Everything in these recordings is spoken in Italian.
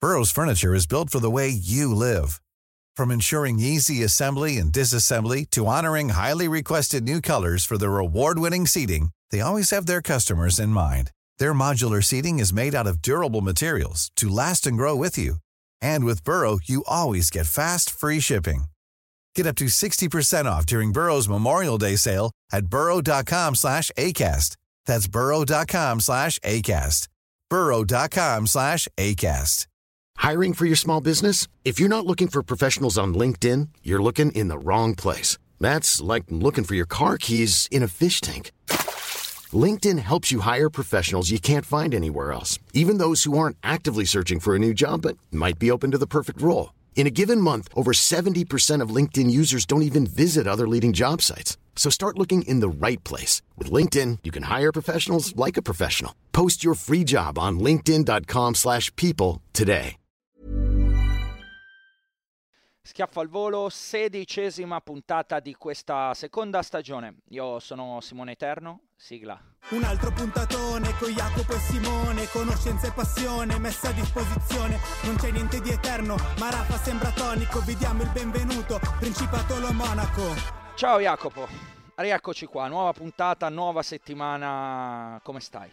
Burrow's furniture is built for the way you live. From ensuring easy assembly and disassembly to honoring highly requested new colors for their award-winning seating, they always have their customers in mind. Their modular seating is made out of durable materials to last and grow with you. And with Burrow, you always get fast, free shipping. Get up to 60% off during Burrow's Memorial Day sale at burrow.com/ACAST. That's burrow.com/ACAST. burrow.com/ACAST. Hiring for your small business? If you're not looking for professionals on LinkedIn, you're looking in the wrong place. That's like looking for your car keys in a fish tank. LinkedIn helps you hire professionals you can't find anywhere else, even those who aren't actively searching for a new job but might be open to the perfect role. In a given month, over 70% of LinkedIn users don't even visit other leading job sites. So start looking in the right place. With LinkedIn, you can hire professionals like a professional. Post your free job on linkedin.com/people today. Schiaffo al volo, 16ª puntata di questa seconda stagione. Io sono Simone Eterno, sigla. Un altro puntatone con Jacopo e Simone, conoscenza e passione messa a disposizione. Non c'è niente di eterno, ma Rafa sembra tonico. Vi diamo il benvenuto, Principatolo Monaco. Ciao Jacopo, rieccoci qua, nuova puntata, nuova settimana. Come stai?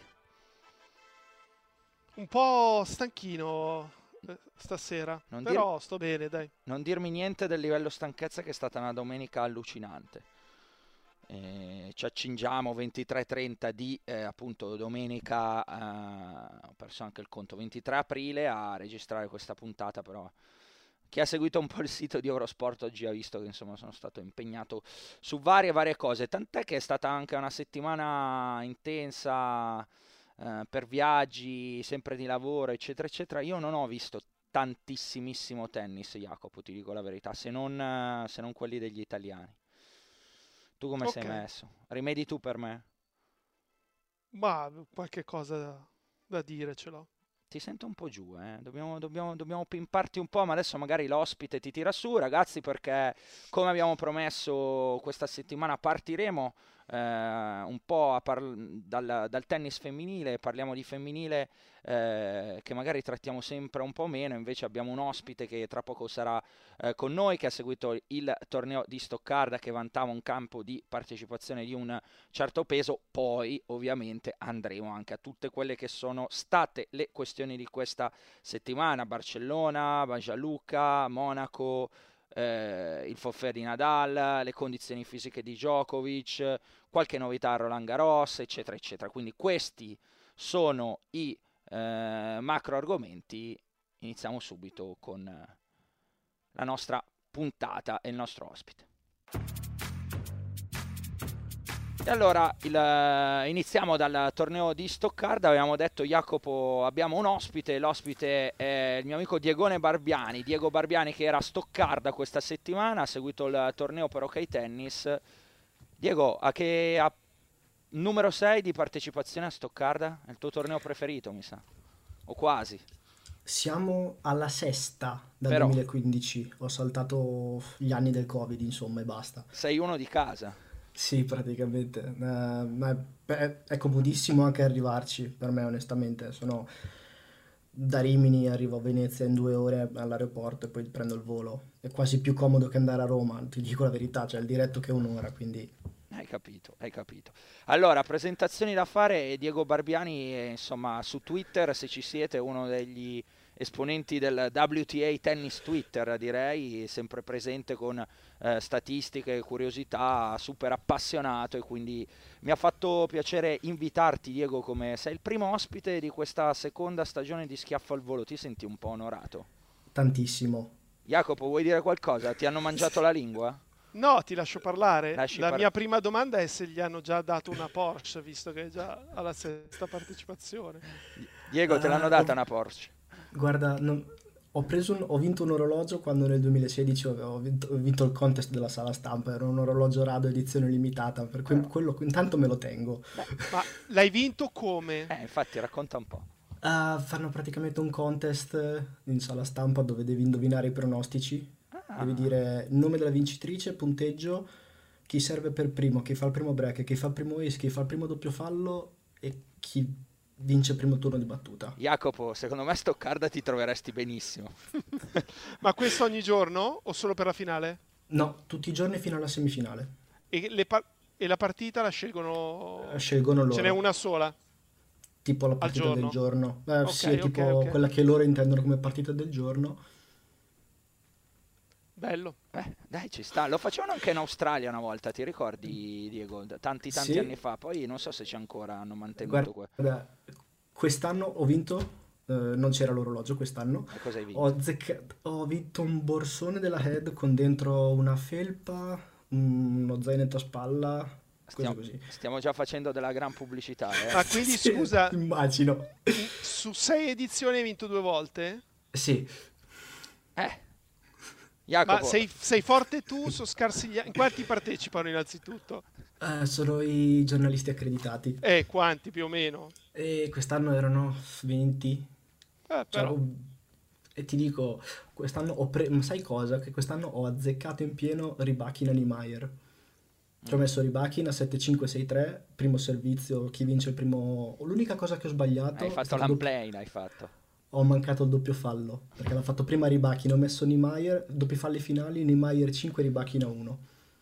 Un po' stanchino stasera, però sto bene, dai. Non dirmi niente del livello stanchezza, che è stata una domenica allucinante. Ci accingiamo 23:30 di appunto domenica, ho perso anche il conto, 23 aprile a registrare questa puntata, però chi ha seguito un po' il sito di Eurosport oggi ha visto che insomma sono stato impegnato su varie cose, tant'è che è stata anche una settimana intensa per viaggi, sempre di lavoro, eccetera eccetera. Io non ho visto tantissimissimo tennis, Jacopo, ti dico la verità, se non quelli degli italiani. Tu come sei messo? Rimedi tu per me? Ma qualche cosa da dire ce l'ho. Ti sento un po' giù, dobbiamo pimparti un po', ma adesso magari l'ospite ti tira su, ragazzi, perché come abbiamo promesso questa settimana partiremo un po' dal tennis femminile, parliamo di femminile che magari trattiamo sempre un po' meno, invece abbiamo un ospite che tra poco sarà con noi, che ha seguito il torneo di Stoccarda, che vantava un campo di partecipazione di un certo peso. Poi ovviamente andremo anche a tutte quelle che sono state le questioni di questa settimana: Barcellona, Banja Monaco, il forfait di Nadal, le condizioni fisiche di Djokovic, qualche novità a Roland Garros, eccetera eccetera. Quindi questi sono i macro argomenti. Iniziamo subito con la nostra puntata e il nostro ospite. E allora iniziamo dal torneo di Stoccarda. Avevamo detto, Jacopo, abbiamo un ospite, l'ospite è il mio amico Diego Barbiani, che era a Stoccarda questa settimana, ha seguito il torneo per OK Tennis. Diego, a numero 6 di partecipazione a Stoccarda? È il tuo torneo preferito, mi sa, o quasi? Siamo alla sesta dal 2015, ho saltato gli anni del Covid, insomma, e basta. Sei uno di casa? Sì, praticamente, ma è comodissimo anche arrivarci, per me onestamente. Sono da Rimini, arrivo a Venezia in 2 ore all'aeroporto e poi prendo il volo. È quasi più comodo che andare a Roma, ti dico la verità, c'è il diretto che è 1 ora, quindi... Hai capito. Allora, presentazioni da fare. Diego Barbiani, insomma, su Twitter, se ci siete, uno degli esponenti del WTA Tennis Twitter, direi, sempre presente con statistiche, curiosità, super appassionato, e quindi mi ha fatto piacere invitarti, Diego, come sei il primo ospite di questa seconda stagione di Schiaffo al volo. Ti senti un po' onorato? Tantissimo. Jacopo, vuoi dire qualcosa? Ti hanno mangiato la lingua? No, ti lascio parlare. Mia prima domanda è se gli hanno già dato una Porsche, visto che è già alla 6ª partecipazione. Diego, te l'hanno data una Porsche? Guarda, ho vinto un orologio quando nel 2016 ho vinto il contest della sala stampa. Era un orologio Rado edizione limitata, per cui quello intanto me lo tengo. Ma l'hai vinto come? Infatti, racconta un po'. Fanno praticamente un contest in sala stampa dove devi indovinare i pronostici. Devi dire il nome della vincitrice, punteggio, chi serve per primo, chi fa il primo break, chi fa il primo ace, chi fa il primo doppio fallo e chi vince il primo turno di battuta. Jacopo, secondo me Stoccarda ti troveresti benissimo. Ma questo ogni giorno o solo per la finale? No, tutti i giorni fino alla semifinale. E la partita la scelgono... Scelgono loro. Ce n'è una sola? Tipo la partita del giorno. Okay, sì, è tipo quella che loro intendono come partita del giorno. Bello. Dai, ci sta. Lo facevano anche in Australia una volta, ti ricordi, Diego? Tanti Sì. anni fa. Poi non so se c'è ancora, hanno mantenuto Guarda, quest'anno ho vinto, non c'era l'orologio quest'anno. E cosa hai vinto? Ho vinto un borsone della Head con dentro una felpa, uno zainetto a spalla, cose così. Stiamo già facendo della gran pubblicità, Ah, quindi scusa, immagino. Su 6 edizioni hai vinto 2 volte? Sì. Jacopo. Ma sei forte tu, sono scarsi gli... In quanti partecipano innanzitutto? Sono i giornalisti accreditati. Quanti più o meno? E quest'anno erano 20. Però... E ti dico, quest'anno sai cosa? Che quest'anno ho azzeccato in pieno Rybakina Niemeyer. Ci ho messo Rybakina 7-5-6-3, primo servizio, chi vince il primo... L'unica cosa che ho sbagliato... Hai fatto l'unplane, hai fatto. Ho mancato il doppio fallo, perché l'ha fatto prima Rybakina, ho messo Niemeyer, doppi falli finali, Niemeyer 5, Rybakina 1.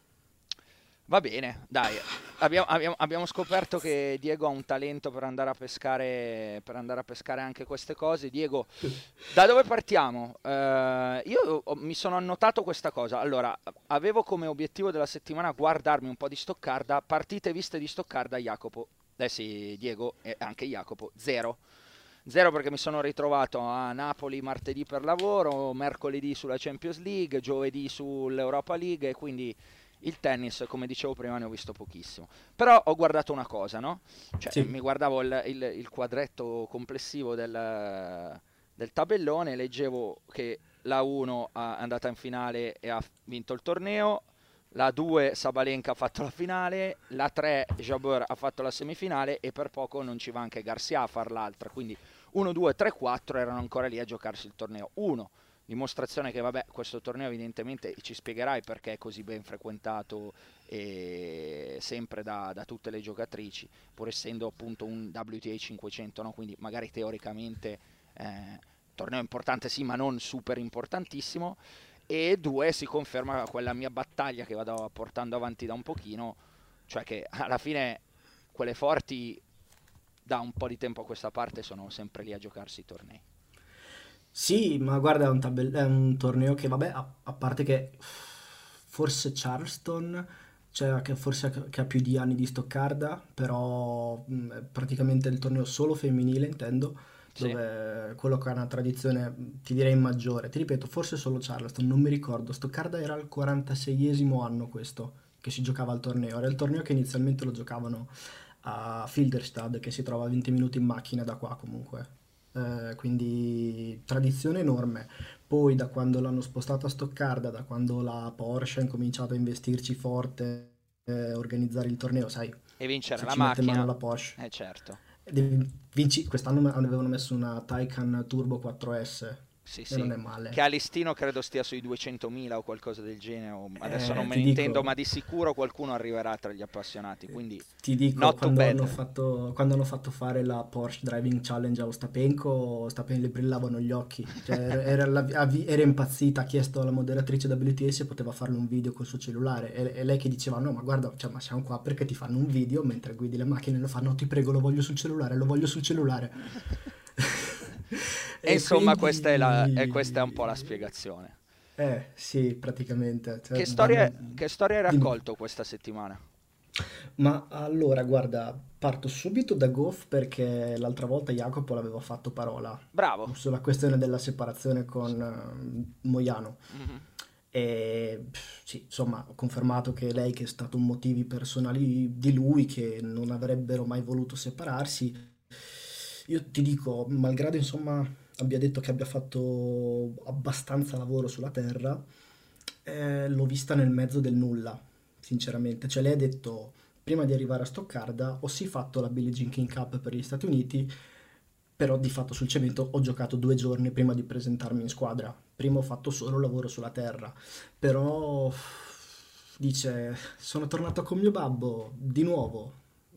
Va bene, dai, abbiamo scoperto che Diego ha un talento per andare a pescare anche queste cose. Diego, da dove partiamo? Io mi sono annotato questa cosa. Allora, avevo come obiettivo della settimana guardarmi un po' di Stoccarda, partite viste di Stoccarda, Jacopo. Sì, Diego e anche Jacopo, zero perché mi sono ritrovato a Napoli martedì per lavoro, mercoledì sulla Champions League, giovedì sull'Europa League, e quindi il tennis, come dicevo prima, ne ho visto pochissimo. Però ho guardato una cosa, no? Cioè, sì. Mi guardavo il quadretto complessivo del tabellone, leggevo che la 1 è andata in finale e ha vinto il torneo, la 2 Sabalenka ha fatto la finale, la 3 Jabeur ha fatto la semifinale e per poco non ci va anche Garcia a far l'altra, quindi 1, 2, 3, 4 erano ancora lì a giocarsi il torneo. 1, dimostrazione che vabbè, questo torneo evidentemente, ci spiegherai perché è così ben frequentato e sempre da tutte le giocatrici, pur essendo appunto un WTA 500, no? Quindi magari teoricamente torneo importante sì, ma non super importantissimo. E 2, si conferma quella mia battaglia che vado portando avanti da un pochino, cioè che alla fine quelle forti da un po' di tempo a questa parte sono sempre lì a giocarsi i tornei. Sì, ma guarda, è un torneo che vabbè, a parte che forse Charleston, cioè che forse che ha più di anni di Stoccarda, però praticamente il torneo solo femminile, intendo, dove quello che ha una tradizione, ti direi, maggiore. Ti ripeto, forse solo Charleston, non mi ricordo. Stoccarda era il 46esimo anno questo che si giocava al torneo. Era il torneo che inizialmente lo giocavano a Filderstad, che si trova a 20 minuti in macchina da qua comunque. Quindi tradizione enorme. Poi da quando l'hanno spostato a Stoccarda, da quando la Porsche ha incominciato a investirci forte, organizzare il torneo, sai, e vincere la ci mette in macchina, mano la Porsche. certo. Quest'anno avevano messo una Taycan Turbo 4S, sì, non è male. Che a listino credo stia sui 200.000 o qualcosa del genere, adesso non me ne intendo, ma di sicuro qualcuno arriverà tra gli appassionati, quindi ti dico, quando hanno fatto fare la Porsche Driving Challenge a Ostapenko le brillavano gli occhi, cioè, era impazzita, ha chiesto alla moderatrice WTA se poteva farle un video col suo cellulare, e lei che diceva no, ma guarda, cioè, ma siamo qua perché ti fanno un video mentre guidi le macchine, lo fanno, ti prego, lo voglio sul cellulare. E insomma quindi... questa è un po' la spiegazione. Sì, praticamente. Cioè, che storia hai raccolto questa settimana? Ma allora, guarda, parto subito da Goff perché l'altra volta Jacopo l'aveva fatto parola. Bravo. Sulla questione della separazione con Moiano. Mm-hmm. E sì, insomma, ho confermato che lei, che è stato un motivi personali di lui, che non avrebbero mai voluto separarsi. Io ti dico, malgrado insomma abbia detto che abbia fatto abbastanza lavoro sulla terra, l'ho vista nel mezzo del nulla, sinceramente. Cioè lei ha detto, prima di arrivare a Stoccarda ho sì fatto la Billie Jean King Cup per gli Stati Uniti, però di fatto sul cemento ho giocato 2 giorni prima di presentarmi in squadra. Prima ho fatto solo lavoro sulla terra, però dice, sono tornato con mio babbo di nuovo.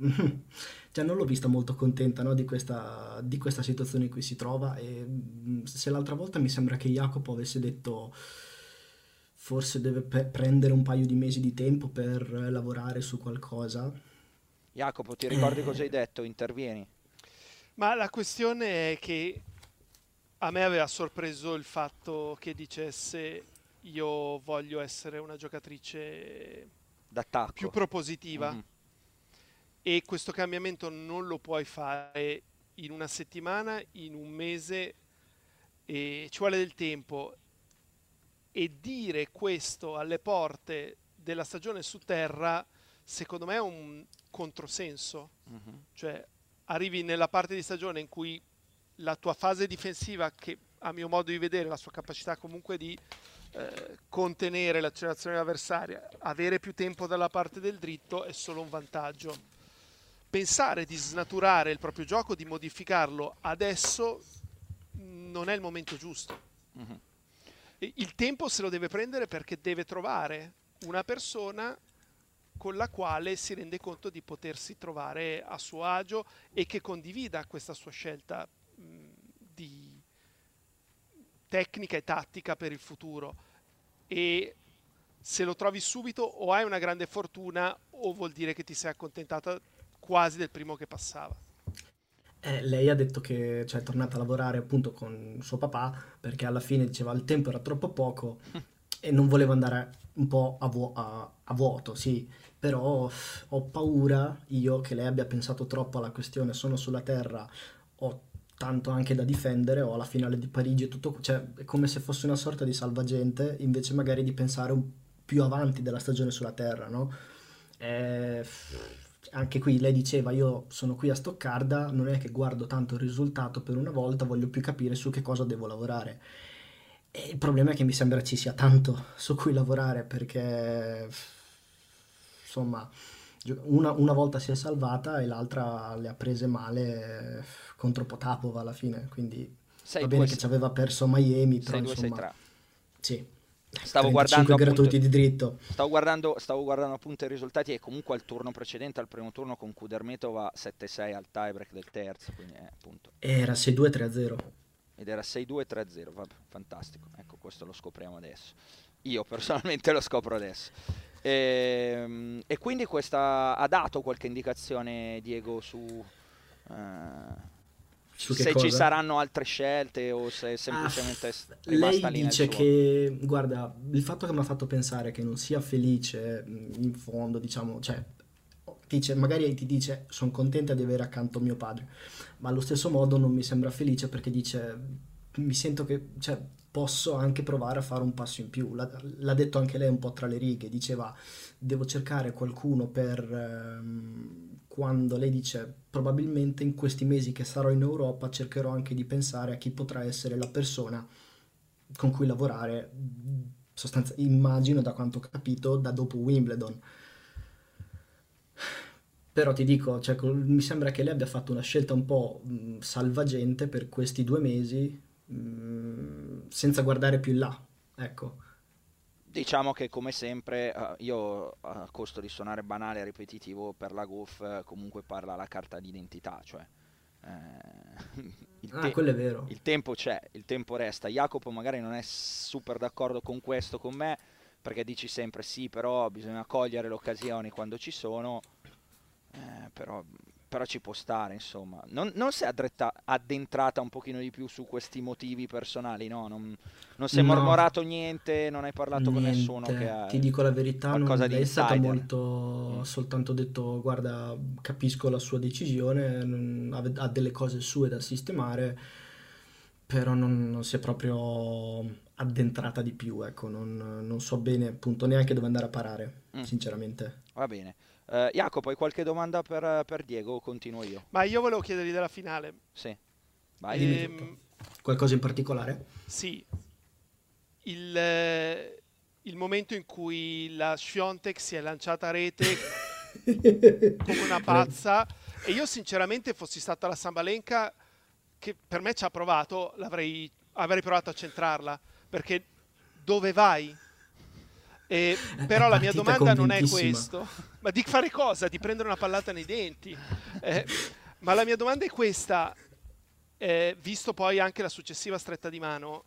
cioè non l'ho vista molto contenta, no, di questa situazione in cui si trova. E se l'altra volta mi sembra che Jacopo avesse detto forse deve prendere un paio di mesi di tempo per lavorare su qualcosa. Jacopo, ti ricordi cosa hai detto? Intervieni. Ma la questione è che a me aveva sorpreso il fatto che dicesse io voglio essere una giocatrice d'attacco, più propositiva. E questo cambiamento non lo puoi fare in una settimana, in un mese, e ci vuole del tempo. E dire questo alle porte della stagione su terra, secondo me è un controsenso. Cioè, arrivi nella parte di stagione in cui la tua fase difensiva, che a mio modo di vedere la sua capacità comunque di contenere l'accelerazione avversaria, avere più tempo dalla parte del dritto è solo un vantaggio. Pensare di snaturare il proprio gioco, di modificarlo adesso, non è il momento giusto. Il tempo se lo deve prendere perché deve trovare una persona con la quale si rende conto di potersi trovare a suo agio e che condivida questa sua scelta di tecnica e tattica per il futuro. E se lo trovi subito, o hai una grande fortuna o vuol dire che ti sei accontentata quasi del primo che passava. Lei ha detto che, cioè, è tornata a lavorare appunto con suo papà perché alla fine diceva il tempo era troppo poco e non voleva andare un po' a vuoto, sì, però ho paura io che lei abbia pensato troppo alla questione sono sulla terra, ho tanto anche da difendere, ho la finale di Parigi e tutto, cioè è come se fosse una sorta di salvagente invece magari di pensare più avanti della stagione sulla terra, no? Anche qui lei diceva io sono qui a Stoccarda, non è che guardo tanto il risultato per una volta, voglio più capire su che cosa devo lavorare. E il problema è che mi sembra ci sia tanto su cui lavorare perché insomma una volta si è salvata e l'altra le ha prese male contro Potapova alla fine, quindi va bene che ci aveva perso Miami, però insomma sì. Stavo guardando gratuiti di dritto. Stavo guardando appunto i risultati e comunque al turno precedente, al primo turno con Kudermetova 7-6 al tiebreak del terzo, quindi appunto. Era 6-2 3-0. Ed era 6-2 3-0, vabbè, fantastico. Ecco, questo lo scopriamo adesso. Io personalmente lo scopro adesso. E quindi questa ha dato qualche indicazione Diego su se ci saranno altre scelte o se semplicemente è rimasta lì nel suo. Lei dice che, guarda, il fatto che mi ha fatto pensare che non sia felice in fondo, diciamo, cioè, dice, magari ti dice sono contenta di avere accanto mio padre, ma allo stesso modo non mi sembra felice perché dice mi sento che, cioè, posso anche provare a fare un passo in più. L'ha detto anche lei un po' tra le righe, diceva devo cercare qualcuno per quando lei dice probabilmente in questi mesi che sarò in Europa cercherò anche di pensare a chi potrà essere la persona con cui lavorare, immagino da quanto ho capito da dopo Wimbledon. Però ti dico, cioè, mi sembra che lei abbia fatto una scelta un po' salvagente per questi 2 mesi senza guardare più in là, ecco. Diciamo che come sempre io a costo di suonare banale e ripetitivo per la Gauff comunque parla la carta d'identità, cioè quello è vero. Il tempo c'è, il tempo resta. Jacopo magari non è super d'accordo con questo con me perché dici sempre sì, però bisogna cogliere le occasioni quando ci sono, però ci può stare, insomma. Non si è addentrata un pochino di più su questi motivi personali, no? Non si è mormorato niente, non hai parlato con nessuno che ha ti dico la verità, non è stata molto soltanto detto guarda capisco la sua decisione, ha delle cose sue da sistemare, però non si è proprio addentrata di più, ecco, non so bene appunto neanche dove andare a parare, sinceramente. Va bene. Jacopo, hai qualche domanda per Diego o continuo io? Ma io volevo chiedergli della finale. Sì, vai. Qualcosa in particolare? Sì. Il momento in cui la Swiatek si è lanciata a rete come una pazza e io sinceramente fossi stata la Sabalenka, che per me ci ha provato, avrei provato a centrarla, perché dove vai? Però la mia partita domanda non è convintissima. questo. Ma di fare cosa? Di prendere una pallata nei denti? Ma la mia domanda è questa. Visto poi anche la successiva stretta di mano,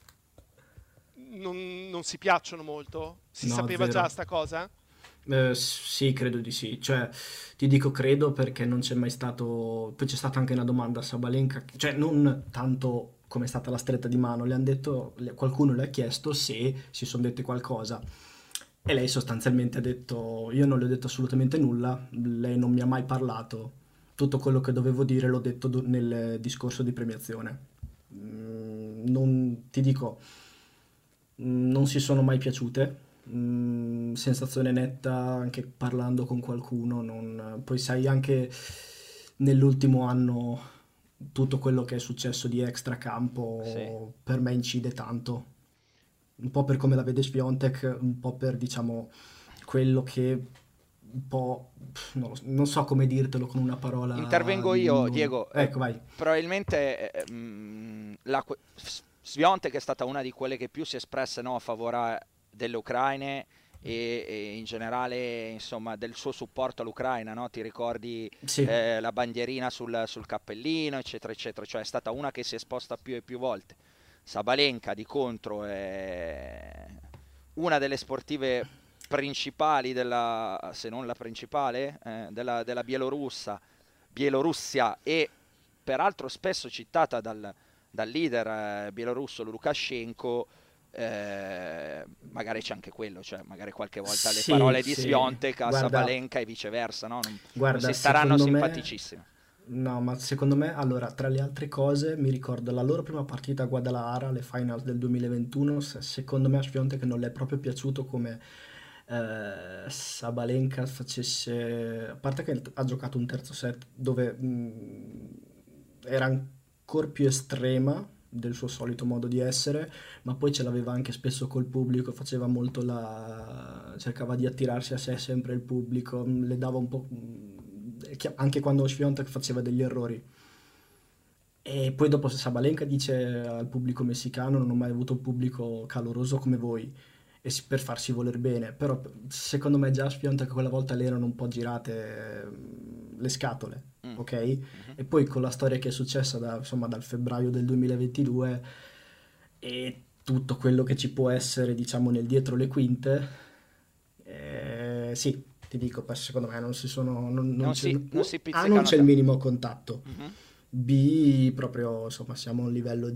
non si piacciono molto? Si No, sapeva già zero. sta cosa? Sì, credo di sì. Cioè, ti dico credo perché non c'è mai stato. Poi c'è stata anche una domanda a Sabalenka, cioè non tanto come è stata la stretta di mano, le hanno detto, qualcuno le ha chiesto se si sono dette qualcosa. E lei sostanzialmente ha detto: Io non le ho detto assolutamente nulla, lei non mi ha mai parlato. Tutto quello che dovevo dire l'ho detto nel discorso di premiazione. Non ti dico, non si sono mai piaciute. Sensazione netta anche parlando con qualcuno. Poi sai anche nell'ultimo anno tutto quello che è successo di Sì. extracampo per me incide tanto. Un po' per come la vede Swiatek, un po' per diciamo quello che un po' non so come dirtelo con una parola. Intervengo io, Diego. Ecco, vai. Probabilmente Swiatek è stata una di quelle che più si è espressa, no, a favore delle ucraine e in generale, insomma, del suo supporto all'Ucraina, no? Ti ricordi Sì, la bandierina sul cappellino, eccetera, eccetera. Cioè è stata una che si è esposta più e più volte. Sabalenka di contro è una delle sportive principali se non la principale, della Bielorussia, e peraltro spesso citata dal leader bielorusso Lukashenko. Magari c'è anche quello, cioè magari qualche volta le sì, parole di sì. Swiatek a Guarda, Sabalenka e viceversa, no? Non si guarda, staranno secondo me, simpaticissime. no, ma secondo me, allora, tra le altre cose, mi ricordo la loro prima partita a Guadalajara, le finals del 2021, secondo me a Swiatek non le è proprio piaciuto come Sabalenka facesse, a parte che ha giocato un terzo set dove era ancora più estrema del suo solito modo di essere, ma poi ce l'aveva anche spesso col pubblico, faceva molto cercava di attirarsi a sé sempre il pubblico, le dava un po', anche quando Swiatek faceva degli errori. E poi dopo Sabalenka dice al pubblico messicano: Non ho mai avuto un pubblico caloroso come voi, e per farsi voler bene. Però secondo me già Swiatek quella volta le erano un po' girate le scatole, Mm. ok? Mhm. E poi con la storia che è successa insomma, dal febbraio del 2022 e tutto quello che ci può essere, diciamo, nel dietro le quinte, sì, ti dico, secondo me non si sono, non Non c'è, non si A, non pizzicano c'è il tanto. minimo contatto. Mhm. B, proprio, insomma, siamo a un livello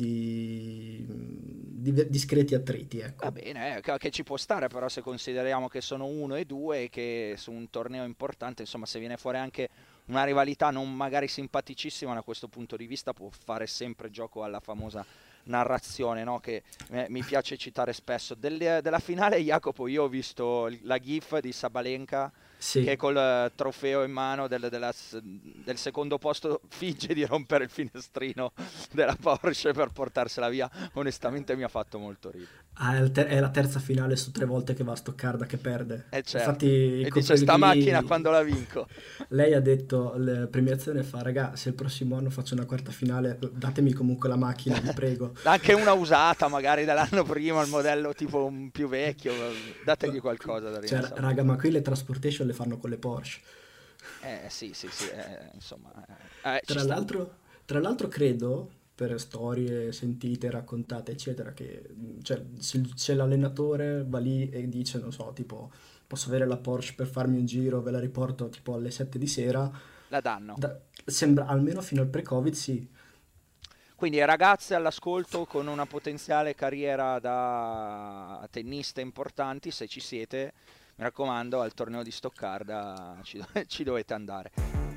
di discreti attriti, Va ecco. bene, che ci può stare, però se consideriamo che sono 1 e 2 e che su un torneo importante, insomma, se viene fuori anche una rivalità non magari simpaticissima, da questo punto di vista può fare sempre gioco alla famosa narrazione, no? Che mi piace citare spesso. Della finale, Jacopo, io ho visto la gif di Sabalenka che Sì. col trofeo in mano del secondo posto finge di rompere il finestrino della Porsche per portarsela via. Onestamente mi ha fatto molto ridere. Ah, è la terza finale su 3 volte che va a Stoccarda che perde. Certo. Infatti, i E dice sta macchina colleghi quando la vinco. lei ha detto, la premiazione fa: Raga, se il prossimo anno faccio una quarta finale, datemi comunque la macchina, vi prego. Anche una usata magari dell'anno prima, il modello tipo un più vecchio, dategli qualcosa da Cioè, rilassare. raga, ma qui le transportation le fanno con le Porsche. Sì, insomma, ci Tra sta. l'altro, tra l'altro credo, per storie sentite, raccontate, eccetera, che cioè, se l'allenatore va lì e dice, non so, tipo, posso avere la Porsche per farmi un giro, ve la riporto tipo alle 7 di sera, La danno. sembra, almeno fino al pre-Covid, sì. Quindi ragazze all'ascolto con una potenziale carriera da tenniste importanti, se ci siete, mi raccomando, al torneo di Stoccarda ci dovete andare.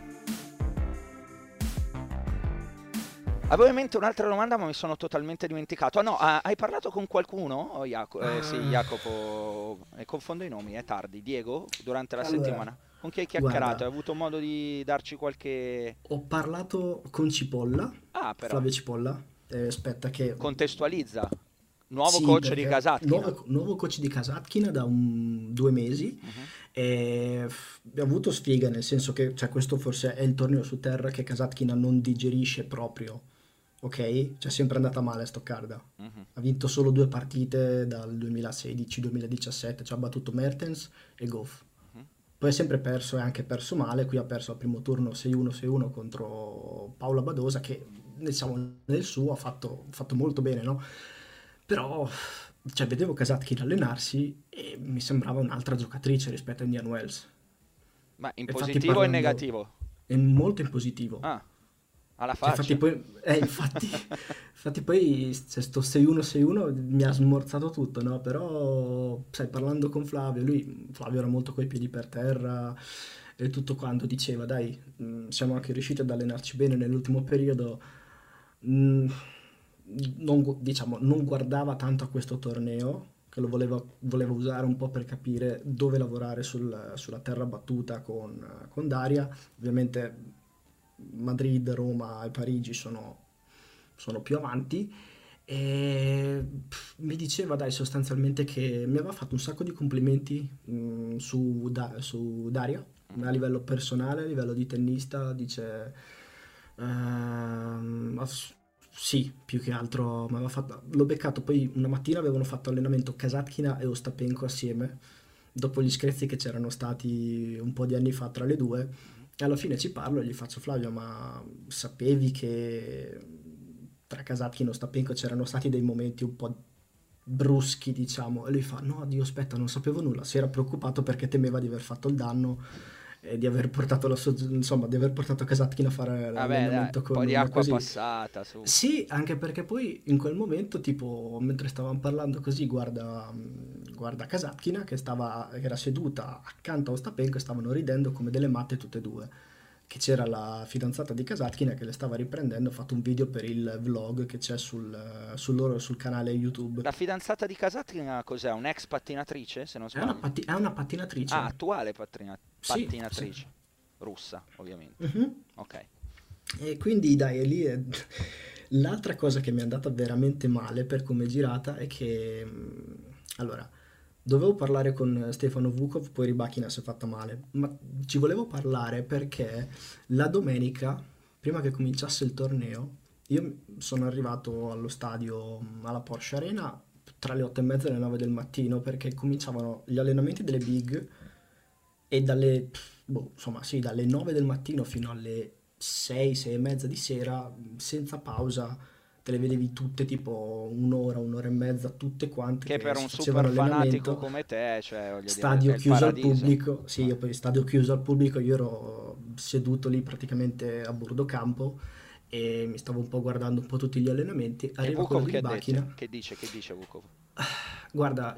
Avevo in mente un'altra domanda, ma mi sono totalmente dimenticato. Ah no, hai parlato con qualcuno? Sì, Ah, Jacopo, confondo i nomi, è tardi. Diego, durante la allora, settimana? Con chi hai chiacchierato? guarda, Hai avuto modo di darci qualche... ho parlato con Cipolla, Ah, però, Flavio Cipolla, aspetta che. contestualizza. Nuovo Sì, coach di perché Kasatkina. nuovo coach di Kasatkina da 2 mesi, Mhm. e ha avuto sfiga, nel senso che cioè, questo forse è il torneo su terra che Kasatkina non digerisce proprio, ok? Cioè sempre andata male Stoccarda. Mhm. Ha vinto solo 2 partite dal 2016-2017, cioè ha battuto Mertens e Goff. Mhm. Poi ha sempre perso e anche perso male, qui ha perso al primo turno 6-1, 6-1 contro Paola Badosa che diciamo nel suo ha fatto molto bene, no? Però cioè, vedevo Kasatkina allenarsi e mi sembrava un'altra giocatrice rispetto a Indian Wells. Ma in Infatti positivo o in parlando negativo? è molto in positivo. Ah, alla Cioè, infatti faccia. poi, infatti poi se sto 6-1 6-1 mi ha smorzato tutto, no? Però, sai, parlando con Flavio, Flavio era molto coi piedi per terra e tutto quanto, diceva, dai, siamo anche riusciti ad allenarci bene nell'ultimo periodo, mh, diciamo, non guardava tanto a questo torneo, che lo voleva usare un po' per capire dove lavorare sulla terra battuta con Daria. Ovviamente Madrid, Roma e Parigi sono più avanti e mi diceva dai sostanzialmente che mi aveva fatto un sacco di complimenti su Daria a Mhm. livello personale, a livello di tennista, dice ma sì, più che altro l'ho beccato poi una mattina avevano fatto allenamento Kasatkina e Ostapenko assieme dopo gli screzi che c'erano stati un po' di anni fa tra le due Mhm. e alla fine ci parlo e gli faccio Flavio, ma sapevi che tra Kasatkina e Ostapenko c'erano stati dei momenti un po' bruschi, diciamo? E lui fa, no, Dio, aspetta, non sapevo nulla. Si era preoccupato perché temeva di aver fatto il danno e di aver portato insomma, di aver portato Kasatkina a fare Vabbè, dai, l'allenamento un po' con di una acqua così. passata su. Sì, anche perché poi in quel momento, tipo, mentre stavamo parlando così, guarda Kasatkina che era seduta accanto a Ostapenko e stavano ridendo come delle matte tutte e due. Che c'era la fidanzata di Kasatkina che le stava riprendendo, ha fatto un video per il vlog che c'è sul canale YouTube. La fidanzata di Kasatkina cos'è? Un'ex pattinatrice, se non È una, sbaglio? è una Ah, pattinatrice. attuale Sì, sì. pattinatrice. Russa, ovviamente. Mhm. Ok. E quindi dai, l'altra cosa che mi è andata veramente male per come è girata è che, allora, dovevo parlare con Stefano Vukov, poi Rybakina si è fatta male, ma ci volevo parlare perché la domenica, prima che cominciasse il torneo, io sono arrivato allo stadio, alla Porsche Arena, tra le 8:30 e le 9 del mattino, perché cominciavano gli allenamenti delle big e insomma, sì, dalle 9 del mattino fino alle 6, 6 e mezza di sera, senza pausa, te le vedevi tutte tipo un'ora, un'ora e mezza, tutte quante Che che per si un facevano super fanatico allenamento, come te, cioè, voglio dire, è stadio il chiuso al paradiso. pubblico, sì, Eh. io poi stadio chiuso al pubblico, io ero seduto lì praticamente a bordo campo e mi stavo un po' guardando un po' tutti gli allenamenti, E arriva quello Vukov di che ha detto? Rybakina. Che dice Vukov? Guarda,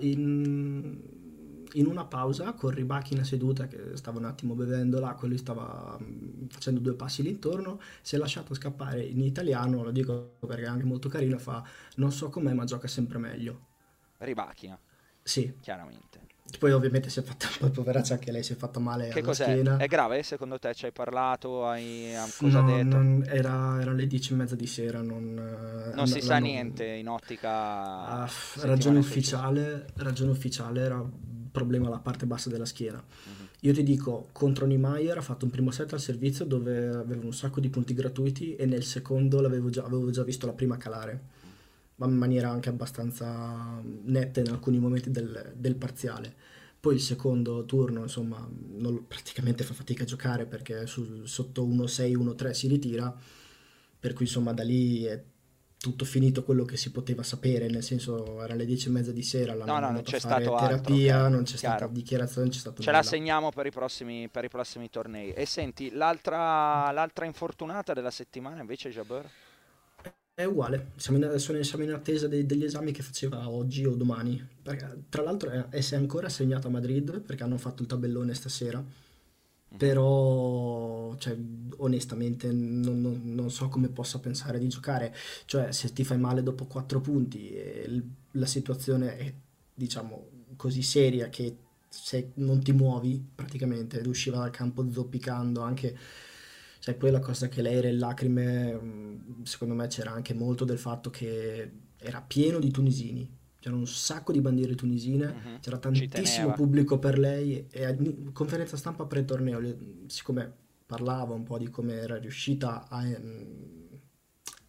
in una pausa con Rybakina seduta che stava un attimo bevendo l'acqua, lui stava facendo due passi lì intorno, si è lasciato scappare in italiano, lo dico perché è anche molto carino, fa non so com'è ma gioca sempre meglio. Rybakina, Sì, chiaramente. poi ovviamente si è fatta, poi poveraccia anche lei si è fatta male Che alla cos'è? schiena. È grave secondo te? Ci hai parlato? Cosa ha No, detto? era le 10:30 di sera, non, Non si sa l'hanno. niente in Ah, ottica settimane successive. ragione ufficiale era un problema alla parte bassa della schiena. Mhm. Io ti dico, contro Niemeyer ha fatto un primo set al servizio dove aveva un sacco di punti gratuiti e nel secondo avevo già visto la prima calare, ma in maniera anche abbastanza netta in alcuni momenti del parziale. Poi il secondo turno, insomma, praticamente fa fatica a giocare perché sotto 1-6, 1-3 si ritira, per cui insomma da lì è tutto finito quello che si poteva sapere, nel senso era le 10:30 di sera, l'hanno No, no, non mandato a c'è fare stato altro, terapia, ok, non c'è stata chiaro. dichiarazione, non c'è stato Ce la nulla. segniamo per i prossimi tornei. E senti, l'altra infortunata della settimana invece è Jabeur? È uguale, siamo in attesa degli esami che faceva oggi o domani, perché tra l'altro si è ancora segnato a Madrid perché hanno fatto il tabellone stasera, Mhm. però cioè, onestamente non so come possa pensare di giocare, cioè se ti fai male dopo 4 punti e la situazione è diciamo così seria che se non ti muovi praticamente ed usciva dal campo zoppicando anche, sai poi la cosa che lei era in lacrime, secondo me c'era anche molto del fatto che era pieno di tunisini. C'erano un sacco di bandiere tunisine, Mhm. c'era Ci tantissimo teneva. pubblico per lei e in conferenza stampa pre-torneo, siccome parlava un po' di come era riuscita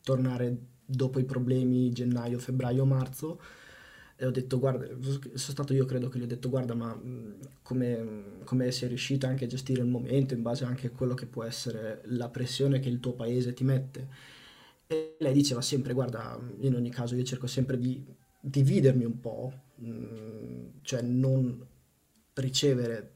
tornare dopo i problemi gennaio, febbraio, marzo. E ho detto, guarda, sono stato io credo che gli ho detto, guarda, ma come sei riuscito anche a gestire il momento in base anche a quello che può essere la pressione che il tuo paese ti mette? E lei diceva sempre, guarda, in ogni caso io cerco sempre di dividermi un po', cioè non ricevere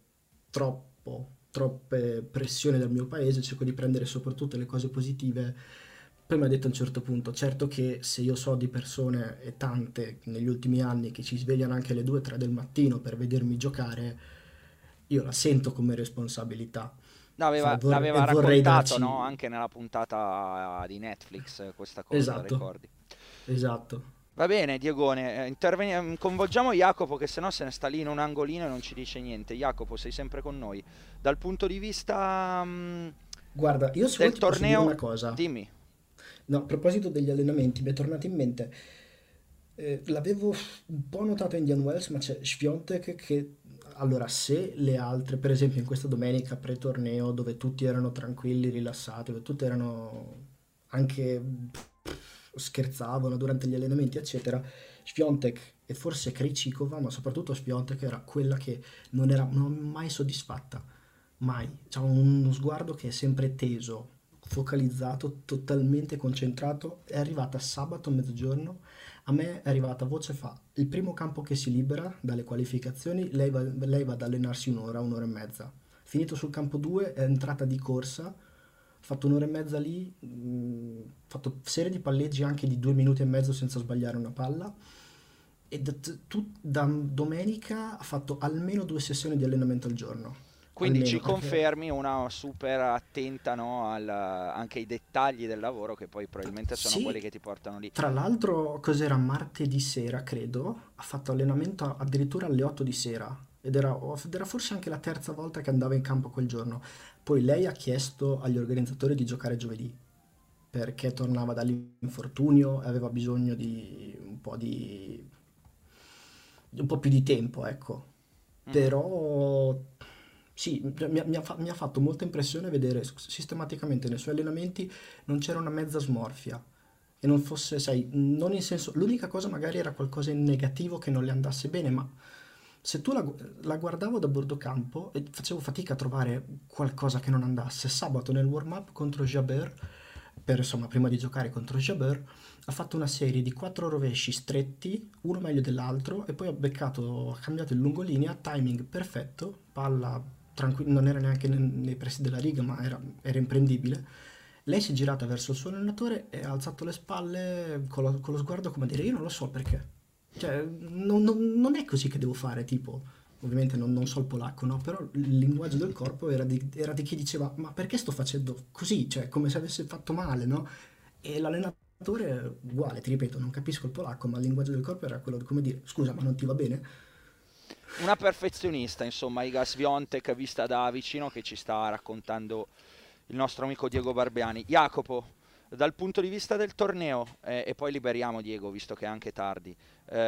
troppe pressioni dal mio paese, cerco di prendere soprattutto le cose positive. Poi mi ha detto a un certo punto, certo che se io so di persone e tante negli ultimi anni che ci svegliano anche alle 2-3 del mattino per vedermi giocare, io la sento come responsabilità. No, E l'aveva vorrei raccontato, no? darci... Anche nella puntata di Netflix, questa cosa, Esatto, ricordi? esatto. Va bene, Diegone, coinvolgiamo Jacopo che sennò se ne sta lì in un angolino e non ci dice niente. Jacopo, sei sempre con noi. Dal punto di vista Guarda, io se vuoi del ti posso dire una torneo, cosa. dimmi. No, a proposito degli allenamenti, mi è tornato in mente, l'avevo un po' notato a Indian Wells, ma c'è Swiatek che, allora, se le altre, per esempio in questa domenica pre-torneo, dove tutti erano tranquilli, rilassati, dove tutti erano anche scherzavano durante gli allenamenti, eccetera, Swiatek e forse Krejcikova, ma soprattutto Swiatek era quella che non mai soddisfatta, mai. C'ha uno sguardo che è sempre teso, focalizzato, totalmente concentrato. È arrivata sabato a mezzogiorno, a me è arrivata voce fa, il primo campo che si libera dalle qualificazioni, lei va ad allenarsi un'ora e mezza. Finito sul campo 2 è entrata di corsa, ha fatto un'ora e mezza lì, ha fatto serie di palleggi anche di 2 minuti e mezzo senza sbagliare una palla. E da domenica ha fatto almeno 2 sessioni di allenamento al giorno. Quindi ci Almeno, perché confermi una super attenta, no, anche ai dettagli del lavoro che poi probabilmente sono quelli sì, che ti portano lì. tra l'altro, cos'era martedì sera, credo, ha fatto allenamento addirittura alle 8 di sera ed era forse anche la terza volta che andava in campo quel giorno. Poi lei ha chiesto agli organizzatori di giocare giovedì perché tornava dall'infortunio e aveva bisogno di un po' più di tempo, ecco. Mhm. Però sì, mi ha fatto molta impressione vedere sistematicamente nei suoi allenamenti non c'era una mezza smorfia. E non fosse, sai, non in senso, l'unica cosa magari era qualcosa in negativo che non le andasse bene, ma se tu la guardavo da bordo campo e facevo fatica a trovare qualcosa che non andasse. Sabato nel warm-up contro Jabber, insomma, prima di giocare contro Jabber, ha fatto una serie di 4 rovesci stretti, uno meglio dell'altro, e poi ha cambiato il lungolinea, timing perfetto, palla tranquilla, non era neanche nei pressi della riga, ma era imprendibile. Lei si è girata verso il suo allenatore e ha alzato le spalle con lo sguardo come a dire, io non lo so perché. Cioè, non è così che devo fare, tipo, ovviamente non so il polacco, no? Però il linguaggio del corpo era di chi diceva, ma perché sto facendo così? Cioè, come se avesse fatto male, no? E l'allenatore, uguale, ti ripeto, non capisco il polacco, ma il linguaggio del corpo era quello di come dire, scusa, ma non ti va bene? Una perfezionista, insomma, Iga Swiatek vista da vicino che ci sta raccontando il nostro amico Diego Barbiani. Jacopo, dal punto di vista del torneo, e poi liberiamo Diego, visto che è anche tardi,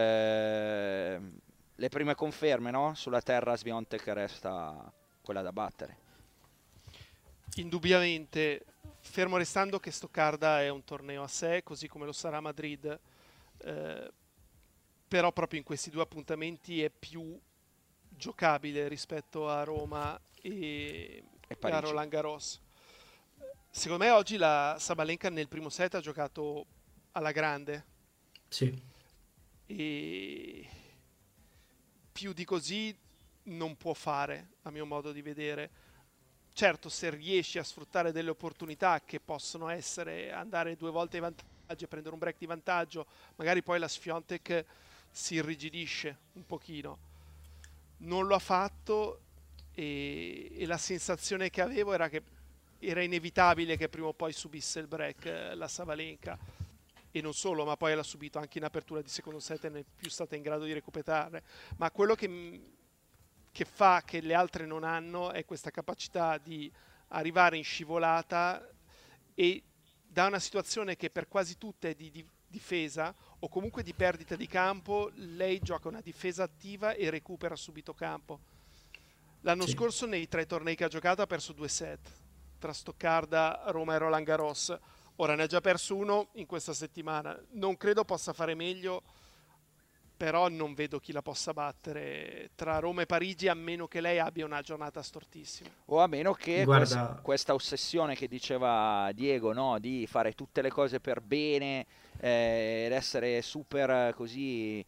le prime conferme, no? Sulla terra Swiatek resta quella da battere. Indubbiamente, fermo restando che Stoccarda è un torneo a sé, così come lo sarà Madrid, eh, però proprio in questi due appuntamenti è più giocabile rispetto a Roma E e a Parigi. Roland Garros. Secondo me oggi la Sabalenka nel primo set ha giocato alla grande Sì, e più di così non può fare, a mio modo di vedere. Certo, se riesci a sfruttare delle opportunità che possono essere andare 2 volte in vantaggio e prendere un break di vantaggio, magari poi la Swiatek si irrigidisce un pochino. Non lo ha fatto e la sensazione che avevo era che era inevitabile che prima o poi subisse il break la Sabalenka e non solo, ma poi l'ha subito anche in apertura di secondo set e non è più stata in grado di recuperare. Ma quello che fa che le altre non hanno è questa capacità di arrivare in scivolata e da una situazione che per quasi tutte è di difesa o comunque di perdita di campo, lei gioca una difesa attiva e recupera subito campo. L'anno sì. scorso nei 3 tornei che ha giocato ha perso 2 set tra Stoccarda, Roma e Roland Garros. Ora ne ha già perso uno in questa settimana, non credo possa fare meglio, però non vedo chi la possa battere tra Roma e Parigi, a meno che lei abbia una giornata stortissima. O a meno che Guarda, questa ossessione che diceva Diego, no? Di fare tutte le cose per bene, ed essere super così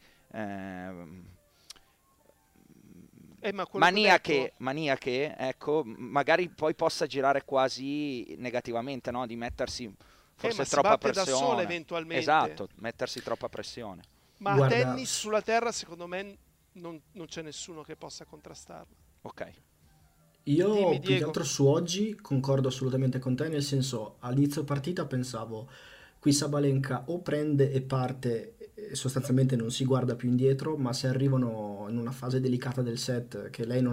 Ma quello che ho detto, maniache, ecco, magari poi possa girare quasi negativamente, no? Di mettersi forse ma si troppa batte da sola pressione. eventualmente. Esatto, mettersi troppa pressione. Ma a guarda, tennis sulla terra, secondo me, non c'è nessuno che possa contrastarlo. Ok. io Dimmi, più che Diego. altro su oggi concordo assolutamente con te, nel senso all'inizio partita pensavo qui Sabalenka o prende e parte e sostanzialmente non si guarda più indietro, ma se arrivano in una fase delicata del set che lei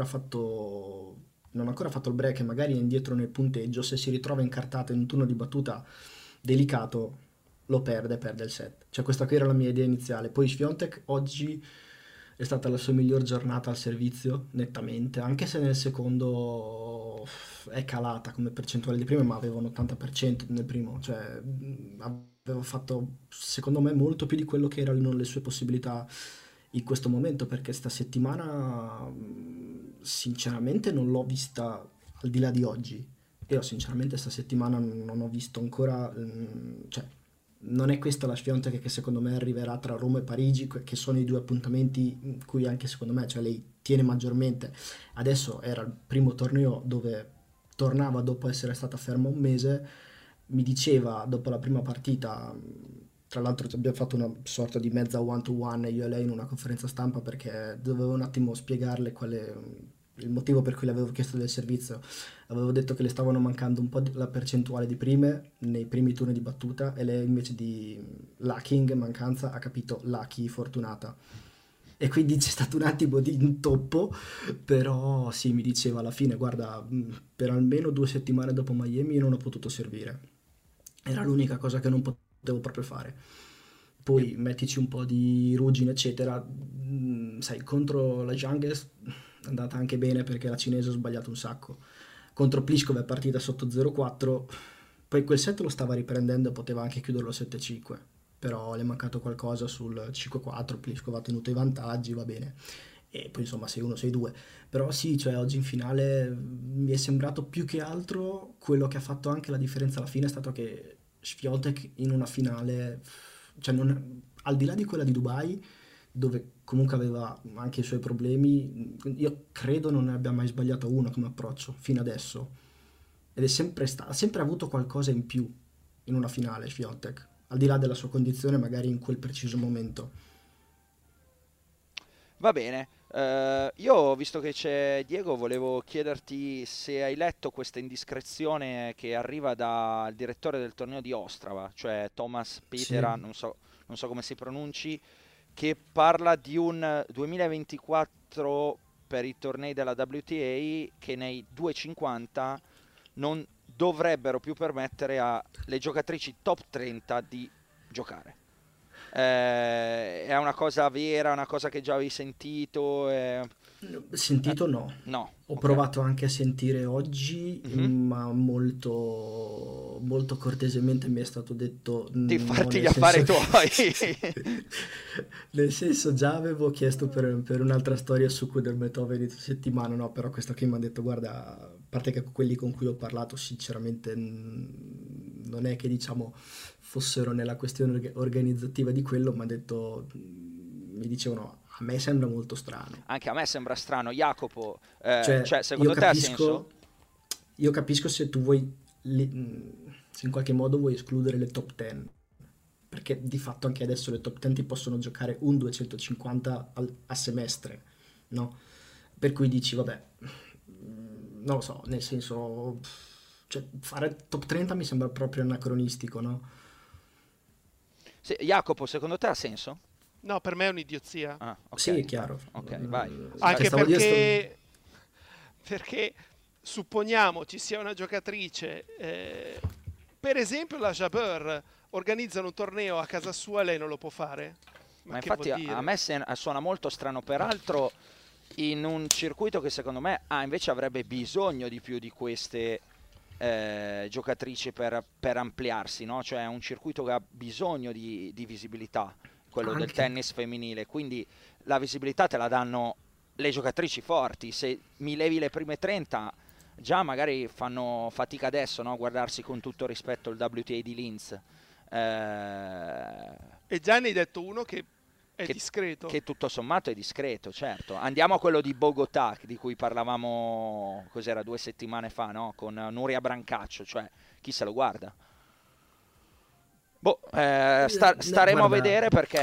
non ha ancora fatto il break e magari è indietro nel punteggio, se si ritrova incartata in un turno di battuta delicato lo perde il set. Cioè questa qui era la mia idea iniziale. Poi Swiatek oggi è stata la sua miglior giornata al servizio, nettamente, anche se nel secondo è calata come percentuale di prima, ma aveva un 80% nel primo, cioè aveva fatto secondo me molto più di quello che erano le sue possibilità in questo momento, perché sta settimana sinceramente non l'ho vista al di là di oggi. Io sinceramente sta settimana non ho visto ancora, cioè non è questa la Swiatek che secondo me arriverà tra Roma e Parigi, che sono i due appuntamenti in cui anche secondo me, cioè lei tiene maggiormente. Adesso era il primo torneo dove tornava dopo essere stata ferma un mese, mi diceva dopo la prima partita, tra l'altro abbiamo fatto una sorta di mezza one to one io e lei in una conferenza stampa perché dovevo un attimo spiegarle il motivo per cui le avevo chiesto del servizio. Avevo detto che le stavano mancando un po' la percentuale di prime nei primi turni di battuta e lei invece di lacking, mancanza, ha capito lucky, fortunata. E quindi c'è stato un attimo di intoppo, però sì, mi diceva alla fine, guarda, per almeno 2 settimane dopo Miami io non ho potuto servire. Era l'unica cosa che non potevo proprio fare. Poi mettici un po' di ruggine, eccetera. Sai, contro la Zhang è andata anche bene perché la cinese ha sbagliato un sacco. Contro Pliskova è partita sotto 0-4, poi quel set lo stava riprendendo e poteva anche chiuderlo a 7-5, però le è mancato qualcosa sul 5-4, Pliskova ha tenuto i vantaggi, va bene. E poi insomma 6-1, 6-2. Però sì, cioè oggi in finale mi è sembrato più che altro quello che ha fatto anche la differenza alla fine è stato che Swiatek in una finale, cioè al di là di quella di Dubai, dove comunque aveva anche i suoi problemi, io credo non ne abbia mai sbagliato uno come approccio fino adesso. Ed è ha sempre avuto qualcosa in più in una finale Swiatek, al di là della sua condizione magari in quel preciso momento. Va bene. Io, visto che c'è Diego, volevo chiederti se hai letto questa indiscrezione che arriva dal direttore del torneo di Ostrava, cioè Thomas Petera, Sì. non so come si pronunci, che parla di un 2024 per i tornei della WTA che nei 250 non dovrebbero più permettere alle giocatrici top 30 di giocare. È una cosa vera, una cosa che già avevi sentito? Sentito no. No, Ho ok. provato anche a sentire oggi, Mhm. ma molto, molto cortesemente mi è stato detto Di no, farti gli nel affari senso tuoi. nel senso già avevo chiesto per un'altra storia su Kudermetov inizio settimana, no, però questa qui mi ha detto guarda, a parte che quelli con cui ho parlato sinceramente non è che diciamo fossero nella questione organizzativa di quello, mi ha detto, mi dicevano a me sembra molto strano. Anche a me sembra strano, Jacopo, Cioè, cioè secondo te ha senso? io capisco se tu vuoi, se in qualche modo vuoi escludere le top 10, perché di fatto anche adesso le top 10 ti possono giocare un 250 a semestre, no? Per cui dici, vabbè, non lo so, nel senso, cioè, fare top 30 mi sembra proprio anacronistico, no? Jacopo, secondo te ha senso? No, per me è un'idiozia. Ah, ok. Sì, è chiaro. Ok, vai. Anche Stavo io perché supponiamo ci sia una giocatrice, per esempio la Jabeur, organizzano un torneo a casa sua e lei non lo può fare? Ma che infatti vuol dire? a me suona molto strano, peraltro in un circuito che secondo me invece avrebbe bisogno di più di queste giocatrici per ampliarsi, no? Cioè è un circuito che ha bisogno di visibilità, quello del Anche. tennis femminile, quindi la visibilità te la danno le giocatrici forti. Se mi levi le prime 30, già magari fanno fatica adesso, no? A guardarsi, con tutto rispetto, il WTA di Linz. E già ne hai detto uno che è che, discreto. che tutto sommato è discreto, certo. Andiamo a quello di Bogotà, di cui parlavamo, cos'era, 2 settimane fa, no? Con Nuria Brancaccio, cioè chi se lo guarda? Boh, staremo a Guarda, vedere, perché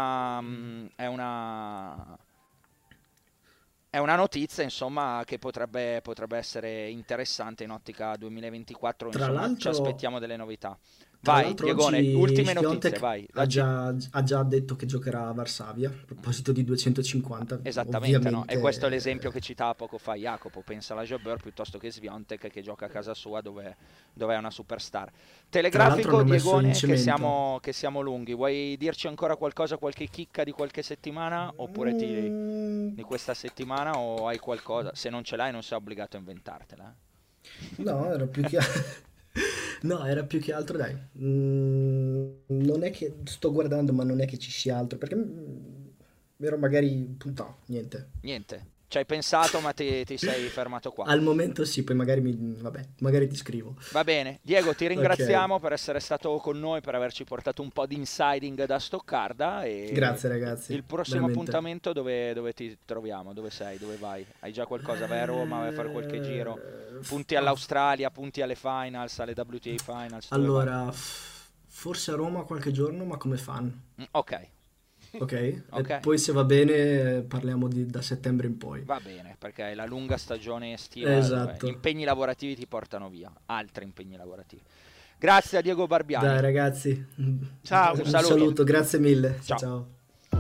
è una notizia, insomma, che potrebbe essere interessante in ottica 2024, tra insomma, ci l'altro, aspettiamo delle novità. tra Vai, l'altro Diegone, oggi ultime notizie, Swiatek vai. ha già detto che giocherà a Varsavia, a proposito di 250, Esattamente, no? E questo è l'esempio ovviamente. che citava poco fa Jacopo, pensa alla Jabber piuttosto che Swiatek, che gioca a casa sua, dove è una superstar. Tra l'altro Telegrafico, hanno messo in Diegone, cemento. che siamo lunghi. Vuoi dirci ancora qualcosa, qualche chicca di qualche settimana, oppure Mm, di questa settimana, o hai qualcosa? Se non ce l'hai non sei obbligato a inventartela. no, era più che no, era più che altro, dai. Non è che sto guardando, ma non è che ci sia altro, perché ero magari. No, niente. Niente, ci hai pensato ma ti sei fermato qua. Al momento sì, poi vabbè, magari ti scrivo. Va bene, Diego, ti Ok, ringraziamo per essere stato con noi, per averci portato un po' di insiding da Stoccarda, e grazie ragazzi, il prossimo veramente. appuntamento dove ti troviamo? Dove sei? Dove vai? Hai già qualcosa? Vai a Roma? Vai a fare qualche giro? Punti Ah, all'Australia, punti alle finals, alle WTA finals, dove vai? allora, forse a Roma qualche giorno, ma come fan, Ok, ok? E ok, poi se va bene parliamo da settembre in poi. va bene, perché la lunga stagione estiva, dove gli Esatto. impegni lavorativi ti portano via, altri impegni lavorativi. Grazie a Diego Dai Barbiani, ragazzi, Ciao. un un saluto. saluto, grazie mille. Ciao Ciao. ciao.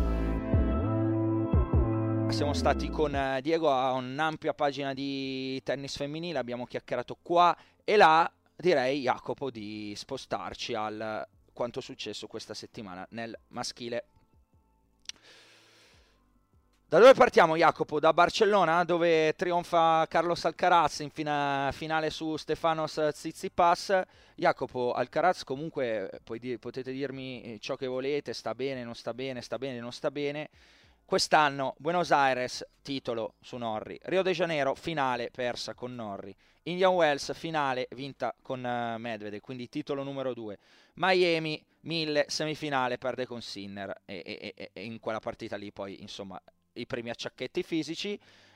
Siamo stati con Diego a un'ampia pagina di tennis femminile, abbiamo chiacchierato qua e là. Direi, Jacopo, di spostarci al quanto è successo questa settimana nel maschile. Da dove partiamo, Jacopo? Da Barcellona, dove trionfa Carlos Alcaraz in finale su Stefanos Tsitsipas. Jacopo, Alcaraz comunque, potete dirmi ciò che volete, sta bene, non sta bene, sta bene, non sta bene. Quest'anno Buenos Aires, titolo su Norrie. Rio de Janeiro, finale persa con Norrie. Indian Wells, finale vinta con Medvedev, quindi titolo numero 2. Miami, 1000, semifinale, perde con Sinner, e in quella partita lì poi, insomma, i primi acciacchetti fisici.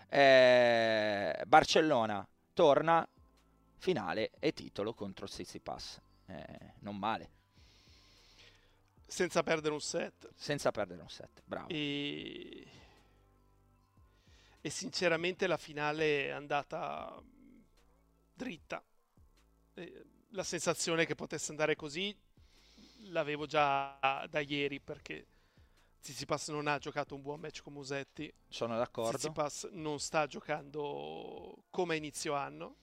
Barcellona torna, finale e titolo contro Tsitsipas. Non male, Senza perdere un set. senza perdere un set, bravo. E, e sinceramente la finale è andata dritta. La sensazione che potesse andare così l'avevo già da ieri, perché Tsitsipas non ha giocato un buon match con Musetti. Sono d'accordo. Tsitsipas non sta giocando come a inizio anno.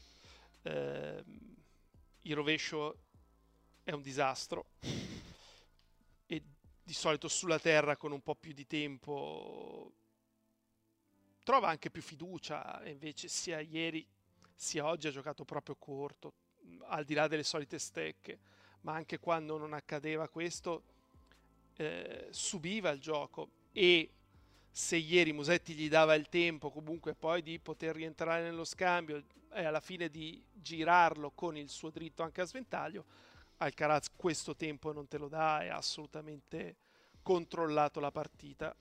Il rovescio è un disastro, e di solito sulla terra con un po' più di tempo trova anche più fiducia, e invece sia ieri sia oggi ha giocato proprio corto, al di là delle solite stecche, ma anche quando non accadeva questo subiva il gioco. E se ieri Musetti gli dava il tempo comunque poi di poter rientrare nello scambio e alla fine di girarlo con il suo dritto anche a sventaglio, Alcaraz questo tempo non te lo dà, e ha assolutamente controllato la partita.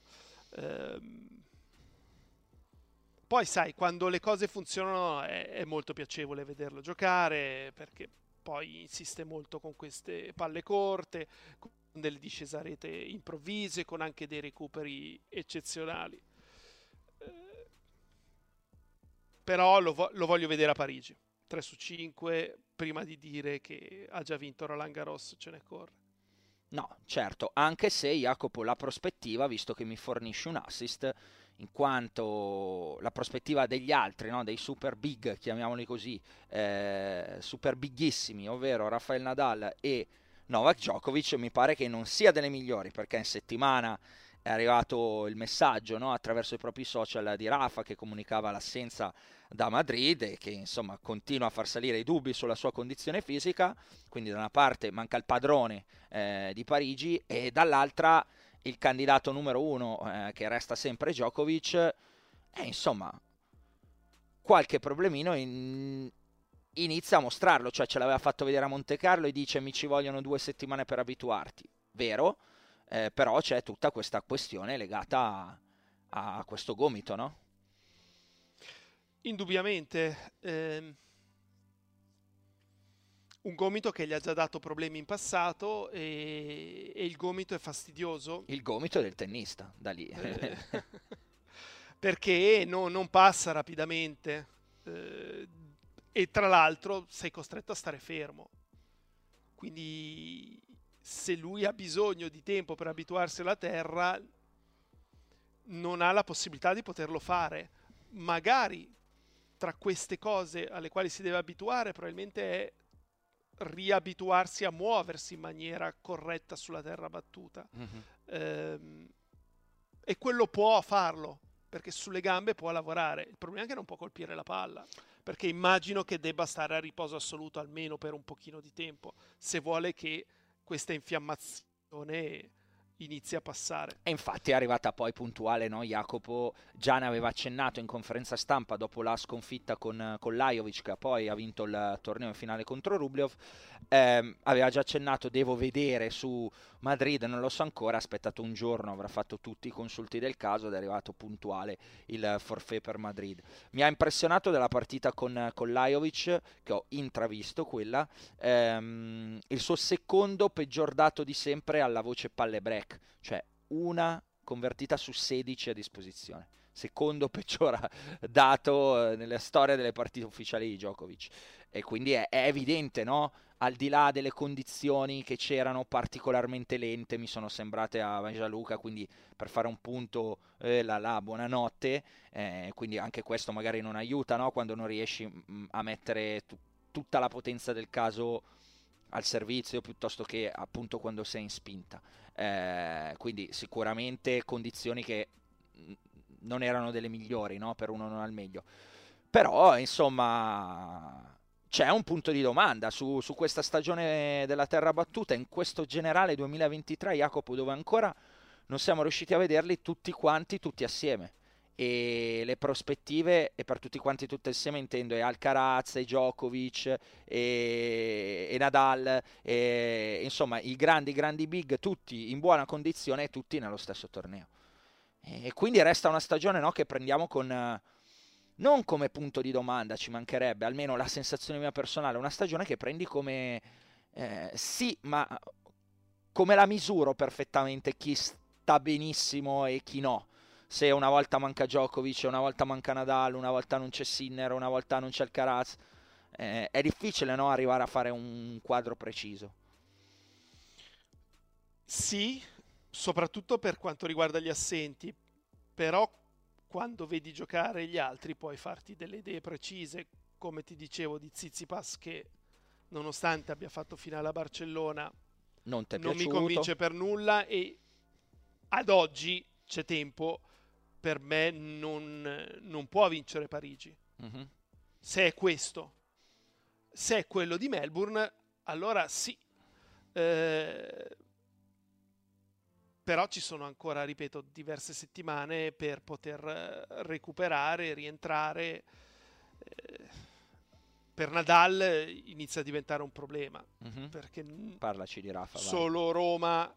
Poi sai, quando le cose funzionano è molto piacevole vederlo giocare, perché poi insiste molto con queste palle corte, con delle discese a rete improvvise, con anche dei recuperi eccezionali. Eh, Però lo voglio vedere a Parigi. 3 su 5, prima di dire che ha già vinto Roland Garros, ce ne corre. No, certo, anche se, Jacopo, la prospettiva, visto che mi fornisci un assist, in quanto la prospettiva degli altri, no, dei super big, chiamiamoli così, super bighissimi, ovvero Rafael Nadal e Novak Djokovic, mi pare che non sia delle migliori, perché in settimana è arrivato il messaggio, no, attraverso i propri social di Rafa, che comunicava l'assenza da Madrid e che insomma continua a far salire i dubbi sulla sua condizione fisica. Quindi da una parte manca il padrone di Parigi e dall'altra il candidato numero uno, che resta sempre Djokovic, insomma qualche problemino inizia a mostrarlo, cioè ce l'aveva fatto vedere a Monte Carlo e dice mi ci vogliono 2 settimane per abituarti, vero? Però c'è tutta questa questione legata a questo gomito, no? Indubbiamente, un gomito che gli ha già dato problemi in passato e il gomito è fastidioso. Il gomito del tennista, da lì. Perché non passa rapidamente e tra l'altro sei costretto a stare fermo. Quindi se lui ha bisogno di tempo per abituarsi alla terra, non ha la possibilità di poterlo fare. Magari tra queste cose alle quali si deve abituare probabilmente è riabituarsi a muoversi in maniera corretta sulla terra battuta. E quello può farlo, perché sulle gambe può lavorare. Il problema è che non può colpire la palla, perché immagino che debba stare a riposo assoluto almeno per un pochino di tempo, se vuole che questa infiammazione inizi a passare. E infatti è arrivata poi puntuale, no? Jacopo già ne aveva accennato in conferenza stampa dopo la sconfitta con Lajovic, che poi ha vinto il torneo in finale contro Rublev. Aveva già accennato, devo vedere su Madrid, non lo so ancora, ha aspettato un giorno, avrà fatto tutti i consulti del caso ed è arrivato puntuale il forfait per Madrid. Mi ha impressionato della partita con Lajovic, che ho intravisto quella, il suo secondo peggior dato di sempre alla voce palle break, cioè una convertita su 16 a disposizione, secondo peggior dato nella storia delle partite ufficiali di Djokovic. E quindi è evidente, no? Al di là delle condizioni che c'erano particolarmente lente, mi sono sembrate a Gianluca, quindi per fare un punto buonanotte, quindi anche questo magari non aiuta, no? Quando non riesci a mettere tutta la potenza del caso al servizio, piuttosto che appunto quando sei in spinta. Quindi sicuramente condizioni che non erano delle migliori, no? Per uno non al meglio. Però insomma c'è un punto di domanda su questa stagione della terra battuta, in questo generale 2023, Jacopo, dove ancora non siamo riusciti a vederli tutti quanti, tutti assieme. E le prospettive, e per tutti quanti tutti assieme intendo e Alcaraz, e Djokovic, e Nadal, insomma i grandi big, tutti in buona condizione e tutti nello stesso torneo. E quindi resta una stagione, no, che prendiamo con non come punto di domanda, ci mancherebbe, almeno la sensazione mia personale, una stagione che prendi come sì, ma come la misuro perfettamente chi sta benissimo e chi no. Se una volta manca Djokovic, una volta manca Nadal, una volta non c'è Sinner, una volta non c'è Alcaraz, è difficile, no, arrivare a fare un quadro preciso. Sì, soprattutto per quanto riguarda gli assenti, però quando vedi giocare gli altri puoi farti delle idee precise, come ti dicevo di Tsitsipas, che nonostante abbia fatto finale a Barcellona non mi convince per nulla, e ad oggi c'è tempo, per me non può vincere Parigi. Se è questo, se è quello di Melbourne, allora sì. Però ci sono ancora, ripeto, diverse settimane per poter recuperare, rientrare. Per Nadal inizia a diventare un problema, perché parlaci di Rafa, solo vai. Roma,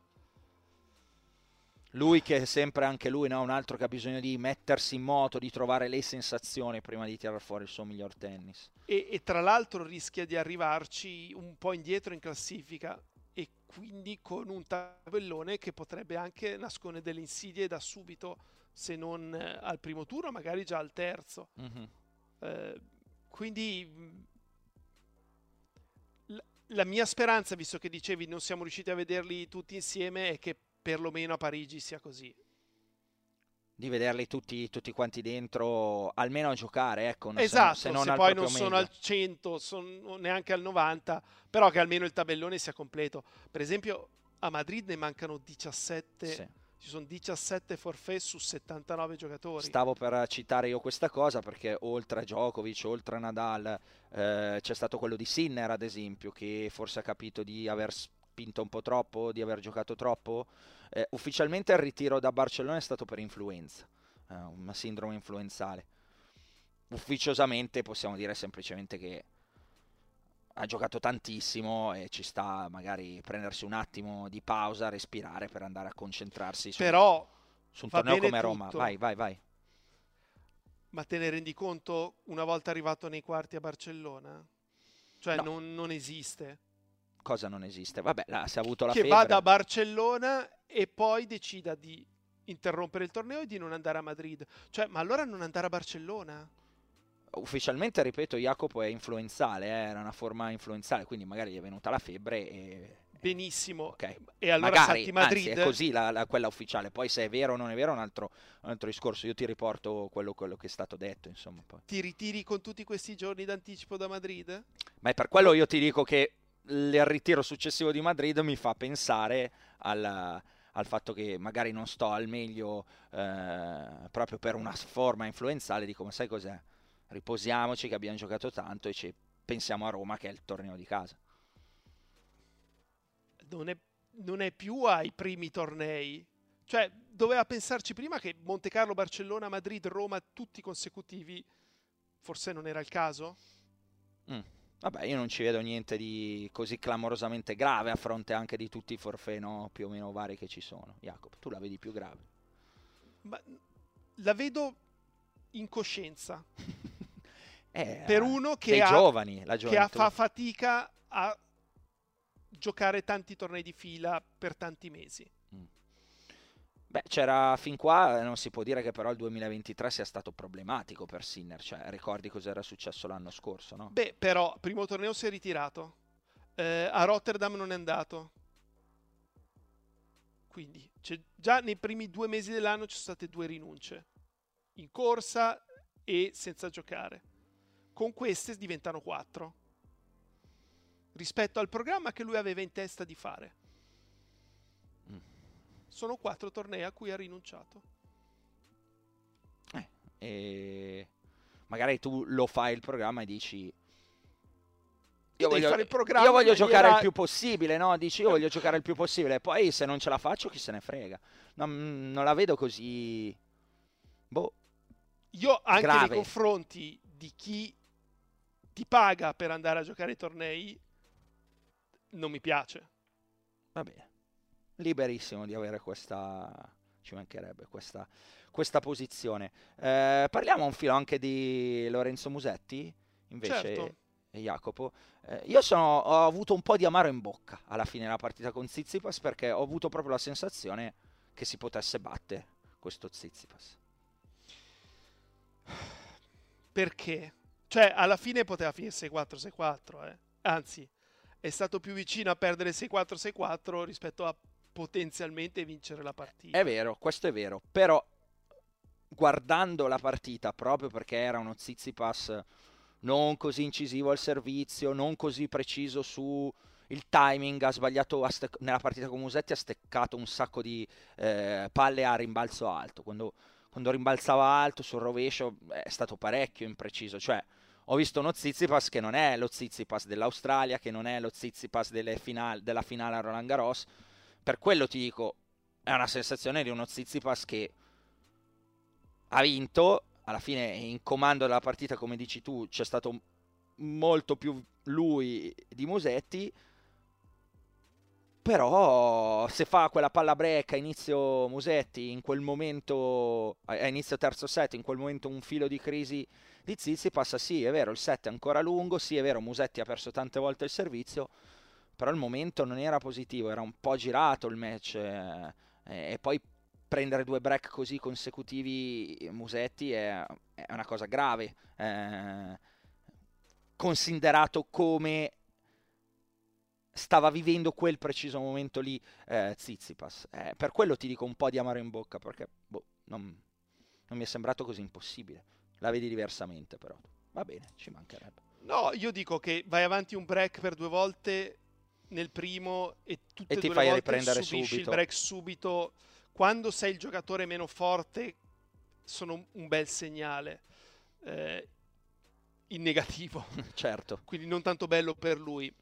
lui che è sempre anche lui, no? Un altro che ha bisogno di mettersi in moto, di trovare le sensazioni prima di tirare fuori il suo miglior tennis, e tra l'altro rischia di arrivarci un po' indietro in classifica, e quindi con un tabellone che potrebbe anche nascondere delle insidie da subito, se non al primo turno, magari già al terzo. Quindi la mia speranza, visto che dicevi non siamo riusciti a vederli tutti insieme, è che perlomeno a Parigi sia così. Di vederli tutti quanti dentro, almeno a giocare, ecco. Esatto, se non poi non meglio. Sono al 100, neanche al 90, però che almeno il tabellone sia completo. Per esempio a Madrid ne mancano 17, sì. ci sono 17 forfait su 79 giocatori. Stavo per citare io questa cosa perché oltre a Djokovic, oltre a Nadal, c'è stato quello di Sinner ad esempio, che forse ha capito di aver spinto un po' troppo, di aver giocato troppo. Ufficialmente il ritiro da Barcellona è stato per influenza, una sindrome influenzale. Ufficiosamente possiamo dire semplicemente che ha giocato tantissimo e ci sta magari prendersi un attimo di pausa, respirare per andare a concentrarsi su un torneo come Roma. Vai. Ma te ne rendi conto una volta arrivato nei quarti a Barcellona? Cioè No. non esiste. Cosa non esiste? Vabbè, si è avuto la Che febbre. vada a Barcellona e poi decida di interrompere il torneo e di non andare a Madrid. Cioè, ma allora non andare a Barcellona? Ufficialmente, ripeto, Jacopo è influenzale, era una forma influenzale, quindi magari gli è venuta la febbre e... Benissimo. Ok. E allora Magari, salti Madrid. anzi, è così quella ufficiale. Poi se è vero o non è vero è un altro discorso. Io ti riporto quello che è stato detto, insomma. Poi. Ti ritiri con tutti questi giorni d'anticipo da Madrid? Ma è per quello io ti dico che il ritiro successivo di Madrid mi fa pensare al fatto che magari non sto al meglio proprio per una forma influenzale. Dico, ma sai cos'è? Riposiamoci che abbiamo giocato tanto e pensiamo a Roma che è il torneo di casa. Non è più ai primi tornei. Cioè, doveva pensarci prima che Monte Carlo, Barcellona, Madrid, Roma, tutti consecutivi, forse non era il caso? Vabbè, io non ci vedo niente di così clamorosamente grave a fronte anche di tutti i forfait, no, più o meno vari che ci sono. Jacopo, tu la vedi più grave? Ma la vedo in coscienza. Per Per uno che fa fatica a giocare tanti tornei di fila per tanti mesi. Beh, c'era fin qua, non si può dire che però il 2023 sia stato problematico per Sinner, cioè ricordi cosa era successo l'anno scorso, no? Beh, però, primo torneo si è ritirato, a Rotterdam non è andato, quindi già nei primi 2 mesi dell'anno ci sono state 2 rinunce, in corsa e senza giocare. Con queste diventano 4, rispetto al programma che lui aveva in testa di fare. Sono 4 tornei a cui ha rinunciato. E magari tu lo fai il programma e dici Io io voglio giocare il più possibile, no? Dici io voglio giocare il più possibile, poi se non ce la faccio chi se ne frega. Non la vedo così io anche grave. nei confronti di chi ti paga per andare a giocare i tornei non mi piace. Va bene. Liberissimo di avere questa, ci mancherebbe, questa posizione. Parliamo un filo anche di Lorenzo Musetti, invece, Certo. e Jacopo. Io ho avuto un po' di amaro in bocca alla fine della partita con Tsitsipas perché ho avuto proprio la sensazione che si potesse battere questo Tsitsipas. Perché? Cioè, alla fine poteva finire 6-4, 6-4, Anzi, è stato più vicino a perdere 6-4, 6-4 rispetto a potenzialmente vincere la partita. È vero, questo è vero, però guardando la partita, proprio perché era uno Tsitsipas non così incisivo al servizio, non così preciso su il timing, ha sbagliato nella partita con Musetti, ha steccato un sacco di palle a rimbalzo alto, quando rimbalzava alto sul rovescio è stato parecchio impreciso, cioè ho visto uno Tsitsipas che non è lo Tsitsipas dell'Australia, che non è lo Tsitsipas della finale a Roland Garros. Per quello ti dico, è una sensazione di uno Tsitsipas che ha vinto, alla fine in comando della partita, come dici tu, c'è stato molto più lui di Musetti, però se fa quella palla break a inizio Musetti, in quel momento, a inizio terzo set, in quel momento un filo di crisi di Tsitsipas, sì è vero, il set è ancora lungo, sì è vero, Musetti ha perso tante volte il servizio, però il momento non era positivo, era un po' girato il match e poi prendere 2 break così consecutivi Musetti è una cosa grave, considerato come stava vivendo quel preciso momento lì Tsitsipas. Per quello ti dico un po' di amaro in bocca, perché non mi è sembrato così impossibile. La vedi diversamente però. Va bene, ci mancherebbe. No, io dico che vai avanti un break per 2 volte nel primo e tutte e ti 2 fai le volte riprendere subisci subito. il break subito quando sei il giocatore meno forte sono un bel segnale in negativo. Certo. Quindi non tanto bello per lui.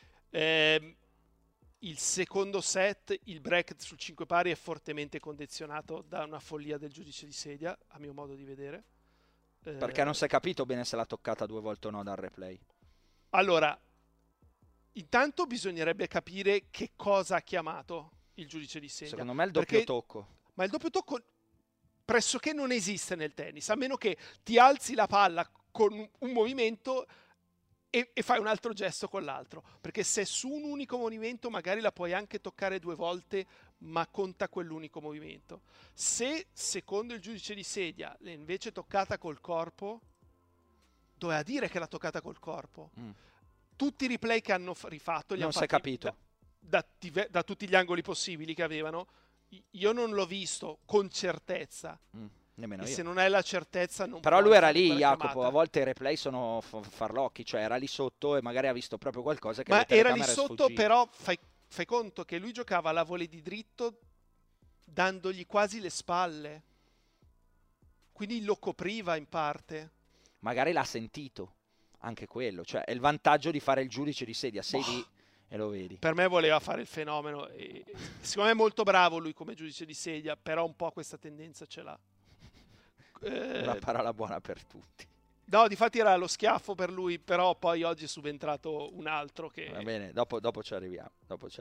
Il secondo set, il bracket sul 5 pari, è fortemente condizionato da una follia del giudice di sedia, a mio modo di vedere. Perché non si è capito bene se l'ha toccata 2 volte o no dal replay. Allora, intanto bisognerebbe capire che cosa ha chiamato il giudice di sedia. Secondo me è il doppio tocco. Ma il doppio tocco pressoché non esiste nel tennis, a meno che ti alzi la palla con un movimento e fai un altro gesto con l'altro, perché se su un unico movimento magari la puoi anche toccare 2 volte, ma conta quell'unico movimento. Se secondo il giudice di sedia l'è invece toccata col corpo, doveva dire che l'ha toccata col corpo. Tutti i replay che hanno rifatto li non hanno si è fatti capito da tutti gli angoli possibili che avevano. Io non l'ho visto con certezza. Nemmeno E io. se non hai la certezza non Però puoi lui era fare lì, quella Jacopo, chiamata. a volte i replay sono farlocchi, cioè era lì sotto e magari ha visto proprio qualcosa che Ma alle era lì telecamere è sotto, sfuggito. però fai conto che lui giocava la volley di dritto dandogli quasi le spalle, quindi lo copriva in parte. Magari l'ha sentito, anche quello, cioè è il vantaggio di fare il giudice di sedia, sei lì e lo vedi. Per me voleva fare il fenomeno e secondo me è molto bravo lui come giudice di sedia, però un po' questa tendenza ce l'ha. Una parola buona per tutti. No, difatti era lo schiaffo per lui, però poi oggi è subentrato un altro che Va bene, dopo ci arriviamo.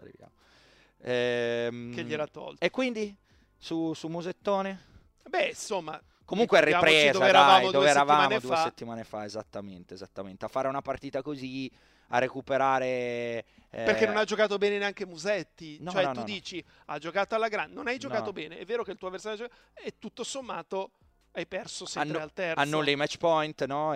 che gliela tolto. E quindi su Musettone? Beh, insomma, Comunque è ricordiamoci ripresa, dove eravamo due fa. settimane fa, esattamente. A fare una partita così, a recuperare... Perché non ha giocato bene neanche Musetti. No, Cioè, no, tu no, dici, ha giocato alla grande, non hai giocato No. bene. È vero che il tuo avversario e tutto sommato hai perso sempre al terzo. Annulli i match point, no?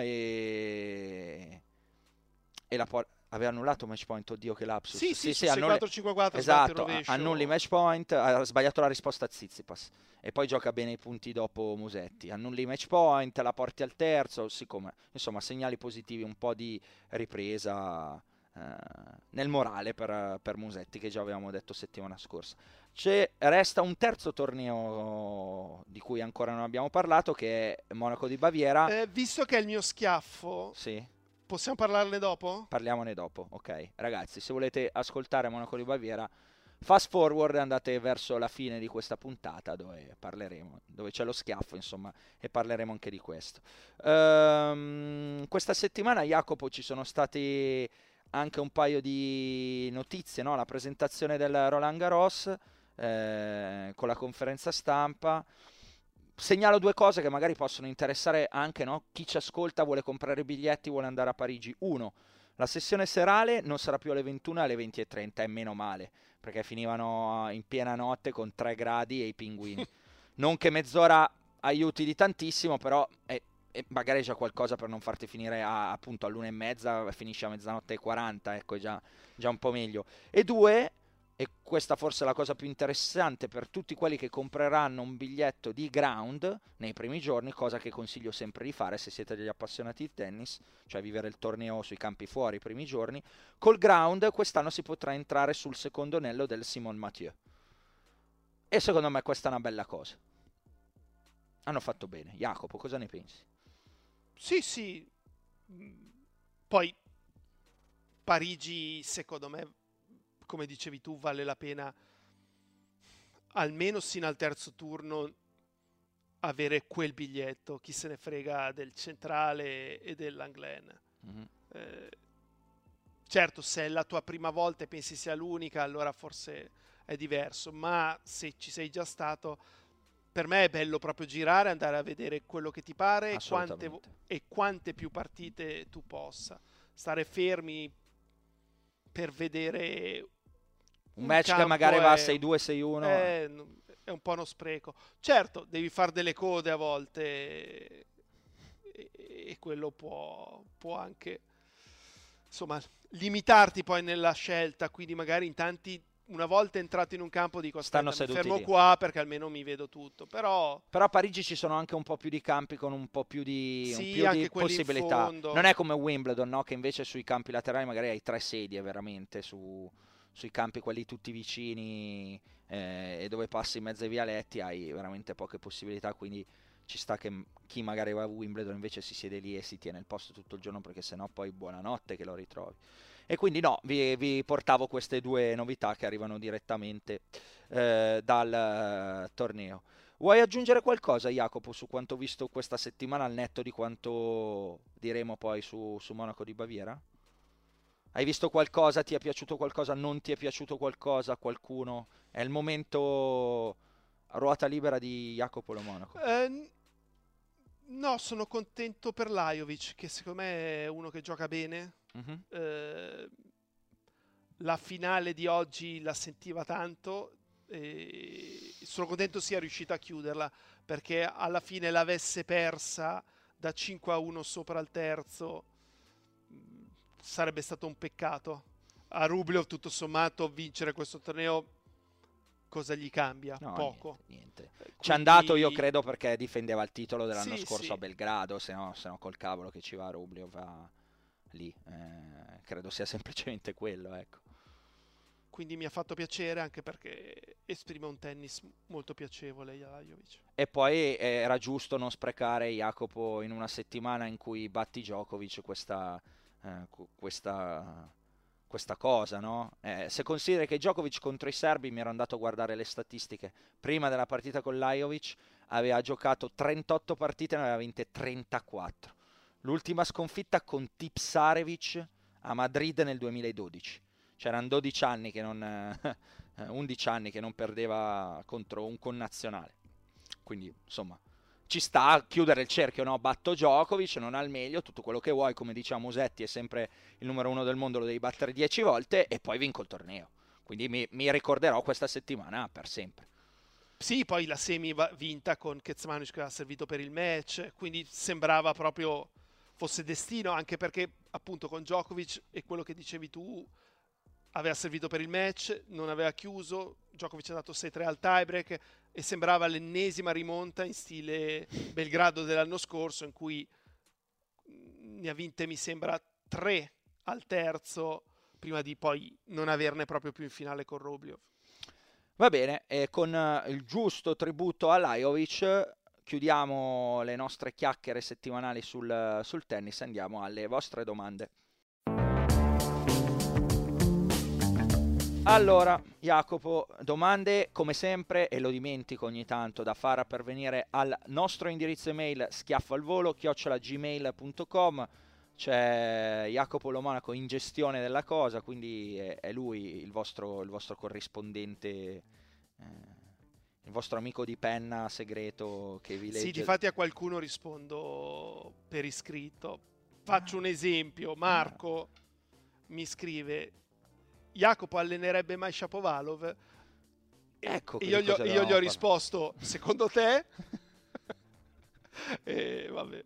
Aveva annullato match point, oddio che lapsus. Sì, su annulli... 6-4-5-4 Esatto, annulli match point, ha sbagliato la risposta a Tsitsipas e poi gioca bene i punti dopo Musetti. Annulli match point, la porti al terzo, siccome, insomma, segnali positivi, un po' di ripresa nel morale per Musetti, che già avevamo detto settimana scorsa. Resta un terzo torneo di cui ancora non abbiamo parlato, che è Monaco di Baviera. Visto che è il mio schiaffo, Sì, possiamo parlarne dopo? parliamone dopo, ok. Ragazzi, se volete ascoltare Monaco di Baviera, fast forward e andate verso la fine di questa puntata dove parleremo, dove c'è lo schiaffo, insomma, e parleremo anche di questo. Questa settimana, Jacopo, ci sono stati anche un paio di notizie, no? La presentazione del Roland Garros con la conferenza stampa. Segnalo 2 cose che magari possono interessare anche, no? Chi ci ascolta, vuole comprare i biglietti, vuole andare a Parigi. 1. La sessione serale non sarà più alle 21 alle 20:30, e meno male, perché finivano in piena notte con 3 gradi e i pinguini. Non che mezz'ora aiuti di tantissimo, però magari è già qualcosa per non farti finire appunto all'1:30, finisce a mezzanotte e 40, ecco, già un po' meglio. E 2, e questa forse è la cosa più interessante per tutti quelli che compreranno un biglietto di ground nei primi giorni, cosa che consiglio sempre di fare se siete degli appassionati di tennis, cioè vivere il torneo sui campi fuori i primi giorni. Col ground quest'anno si potrà entrare sul secondo anello del Simon Mathieu, e secondo me questa è una bella cosa. Hanno fatto bene. Jacopo, cosa ne pensi? Sì. Poi Parigi, secondo me, come dicevi tu, vale la pena almeno sino al terzo turno avere quel biglietto. Chi se ne frega del centrale e dell'Anglen. Certo, se è la tua prima volta e pensi sia l'unica, allora forse è diverso, ma se ci sei già stato, per me è bello proprio girare, andare a vedere quello che ti pare e quante più partite tu possa. Stare fermi per vedere un match che magari va a 6-2, 6-1 è un po' uno spreco. Certo, devi fare delle code a volte e quello può anche, insomma, limitarti poi nella scelta, quindi magari in tanti, una volta entrato in un campo, dico stanno aspetta, mi seduti fermo lì qua perché almeno mi vedo tutto. Però a Parigi ci sono anche un po' più di campi con un po' più di, sì, un più anche di quelli in possibilità. fondo. Non è come Wimbledon, no? Che invece sui campi laterali magari hai 3 sedie veramente su sui campi quelli tutti vicini e dove passi in mezzo ai vialetti hai veramente poche possibilità, quindi ci sta che chi magari va a Wimbledon invece si siede lì e si tiene il posto tutto il giorno, perché sennò poi buonanotte che lo ritrovi. E quindi no, vi portavo queste due novità che arrivano direttamente dal torneo. Vuoi aggiungere qualcosa, Jacopo, su quanto visto questa settimana, al netto di quanto diremo poi su Monaco di Baviera? Hai visto qualcosa? Ti è piaciuto qualcosa? Non ti è piaciuto qualcosa? Qualcuno? È il momento a ruota libera di Jacopo Lo Monaco. No, sono contento per Lajovic, che secondo me è uno che gioca bene. La finale di oggi la sentiva tanto. Sono contento sia riuscito a chiuderla, perché alla fine l'avesse persa da 5-1 sopra il terzo sarebbe stato un peccato. A Rublev tutto sommato vincere questo torneo cosa gli cambia? No, poco. Niente. Quindi... Ci è andato, io credo, perché difendeva il titolo dell'anno Sì, scorso sì. a Belgrado, se no col cavolo che ci va Rublev lì. Credo sia semplicemente quello, ecco. Quindi mi ha fatto piacere, anche perché esprime un tennis molto piacevole Lajovic. E poi era giusto non sprecare, Jacopo, in una settimana in cui batti Djokovic questa cosa, no? Se consideri che Djokovic contro i serbi, mi ero andato a guardare le statistiche, prima della partita con Lajovic aveva giocato 38 partite e ne aveva vinte 34. L'ultima sconfitta con Tipsarevic a Madrid nel 2012. C'erano 12 anni che non 11 anni che non perdeva contro un connazionale. Quindi, insomma, ci sta a chiudere il cerchio, no? Batto Djokovic, non al meglio, tutto quello che vuoi, come diceva Musetti, è sempre il numero 1 del mondo, lo devi battere 10 volte e poi vinco il torneo. Quindi mi ricorderò questa settimana per sempre. Sì, poi la semi vinta con Kecmanovic che ha servito per il match, quindi sembrava proprio fosse destino, anche perché appunto con Djokovic, e quello che dicevi tu, aveva servito per il match, non aveva chiuso, Djokovic ha dato 6-3 al tiebreak e sembrava l'ennesima rimonta in stile Belgrado dell'anno scorso, in cui ne ha vinte mi sembra 3 al terzo, prima di poi non averne proprio più in finale con Rublev. Va bene, e con il giusto tributo a Lajovic chiudiamo le nostre chiacchiere settimanali sul tennis e andiamo alle vostre domande. Allora, Jacopo, domande come sempre, e lo dimentico ogni tanto, da far pervenire al nostro indirizzo email schiaffalvolo@gmail.com. C'è Jacopo Lo Monaco in gestione della cosa, quindi è lui il vostro corrispondente, il vostro amico di penna segreto che vi legge. Sì, difatti a qualcuno rispondo per iscritto. Faccio un esempio, Marco mi scrive: Jacopo allenerebbe mai Shapovalov? Ecco, e io gli ho risposto: secondo te? E vabbè.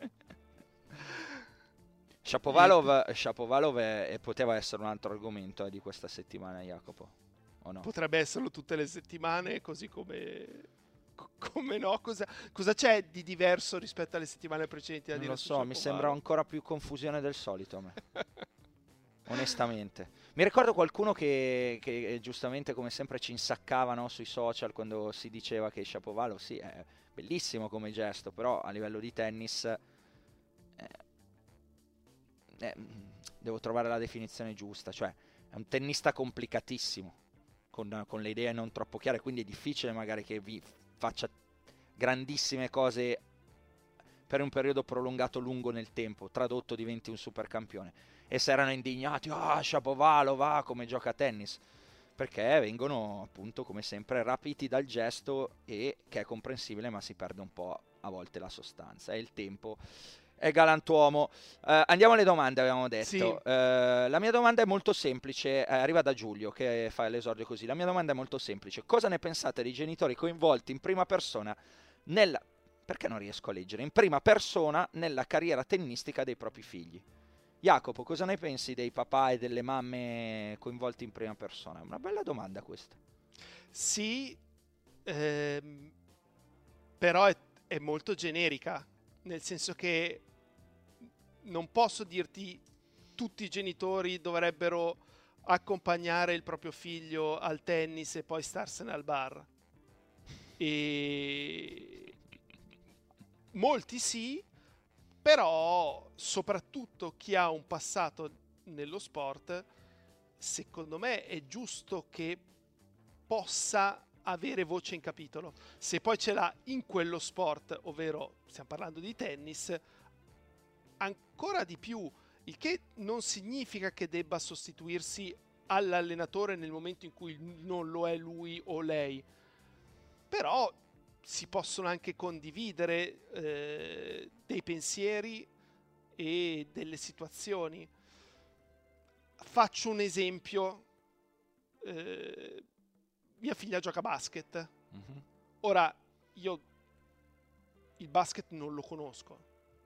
Shapovalov poteva essere un altro argomento di questa settimana, Jacopo, o no? Potrebbe esserlo tutte le settimane, così come no. Cosa c'è di diverso rispetto alle settimane precedenti da Non dire lo su so, mi Shapovalov? sembra ancora più confusione del solito a me. Onestamente, mi ricordo qualcuno che giustamente, come sempre, ci insaccava, no, sui social quando si diceva che Shapovalov sì, è bellissimo come gesto, però a livello di tennis devo trovare la definizione giusta, cioè è un tennista complicatissimo, con le idee non troppo chiare, quindi è difficile magari che vi faccia grandissime cose per un periodo prolungato lungo nel tempo, tradotto diventi un supercampione. E si erano indignati, Shapovalov, come gioca a tennis, perché vengono appunto come sempre rapiti dal gesto, e che è comprensibile, ma si perde un po' a volte la sostanza, e il tempo è galantuomo. Andiamo alle domande, avevamo detto. Sì. La mia domanda è molto semplice, arriva da Giulio che fa l'esordio così. La mia domanda è molto semplice: cosa ne pensate dei genitori coinvolti in prima persona perché non riesco a leggere, in prima persona nella carriera tennistica dei propri figli? Jacopo, cosa ne pensi dei papà e delle mamme coinvolti in prima persona? È una bella domanda questa. Sì, però è molto generica, nel senso che non posso dirti tutti i genitori dovrebbero accompagnare il proprio figlio al tennis e poi starsene al bar. E molti sì, però soprattutto chi ha un passato nello sport, secondo me è giusto che possa avere voce in capitolo. Se poi ce l'ha in quello sport, ovvero stiamo parlando di tennis, ancora di più, il che non significa che debba sostituirsi all'allenatore nel momento in cui non lo è lui o lei, però si possono anche condividere dei pensieri e delle situazioni. Faccio un esempio. Mia figlia gioca a basket. Ora, io il basket non lo conosco.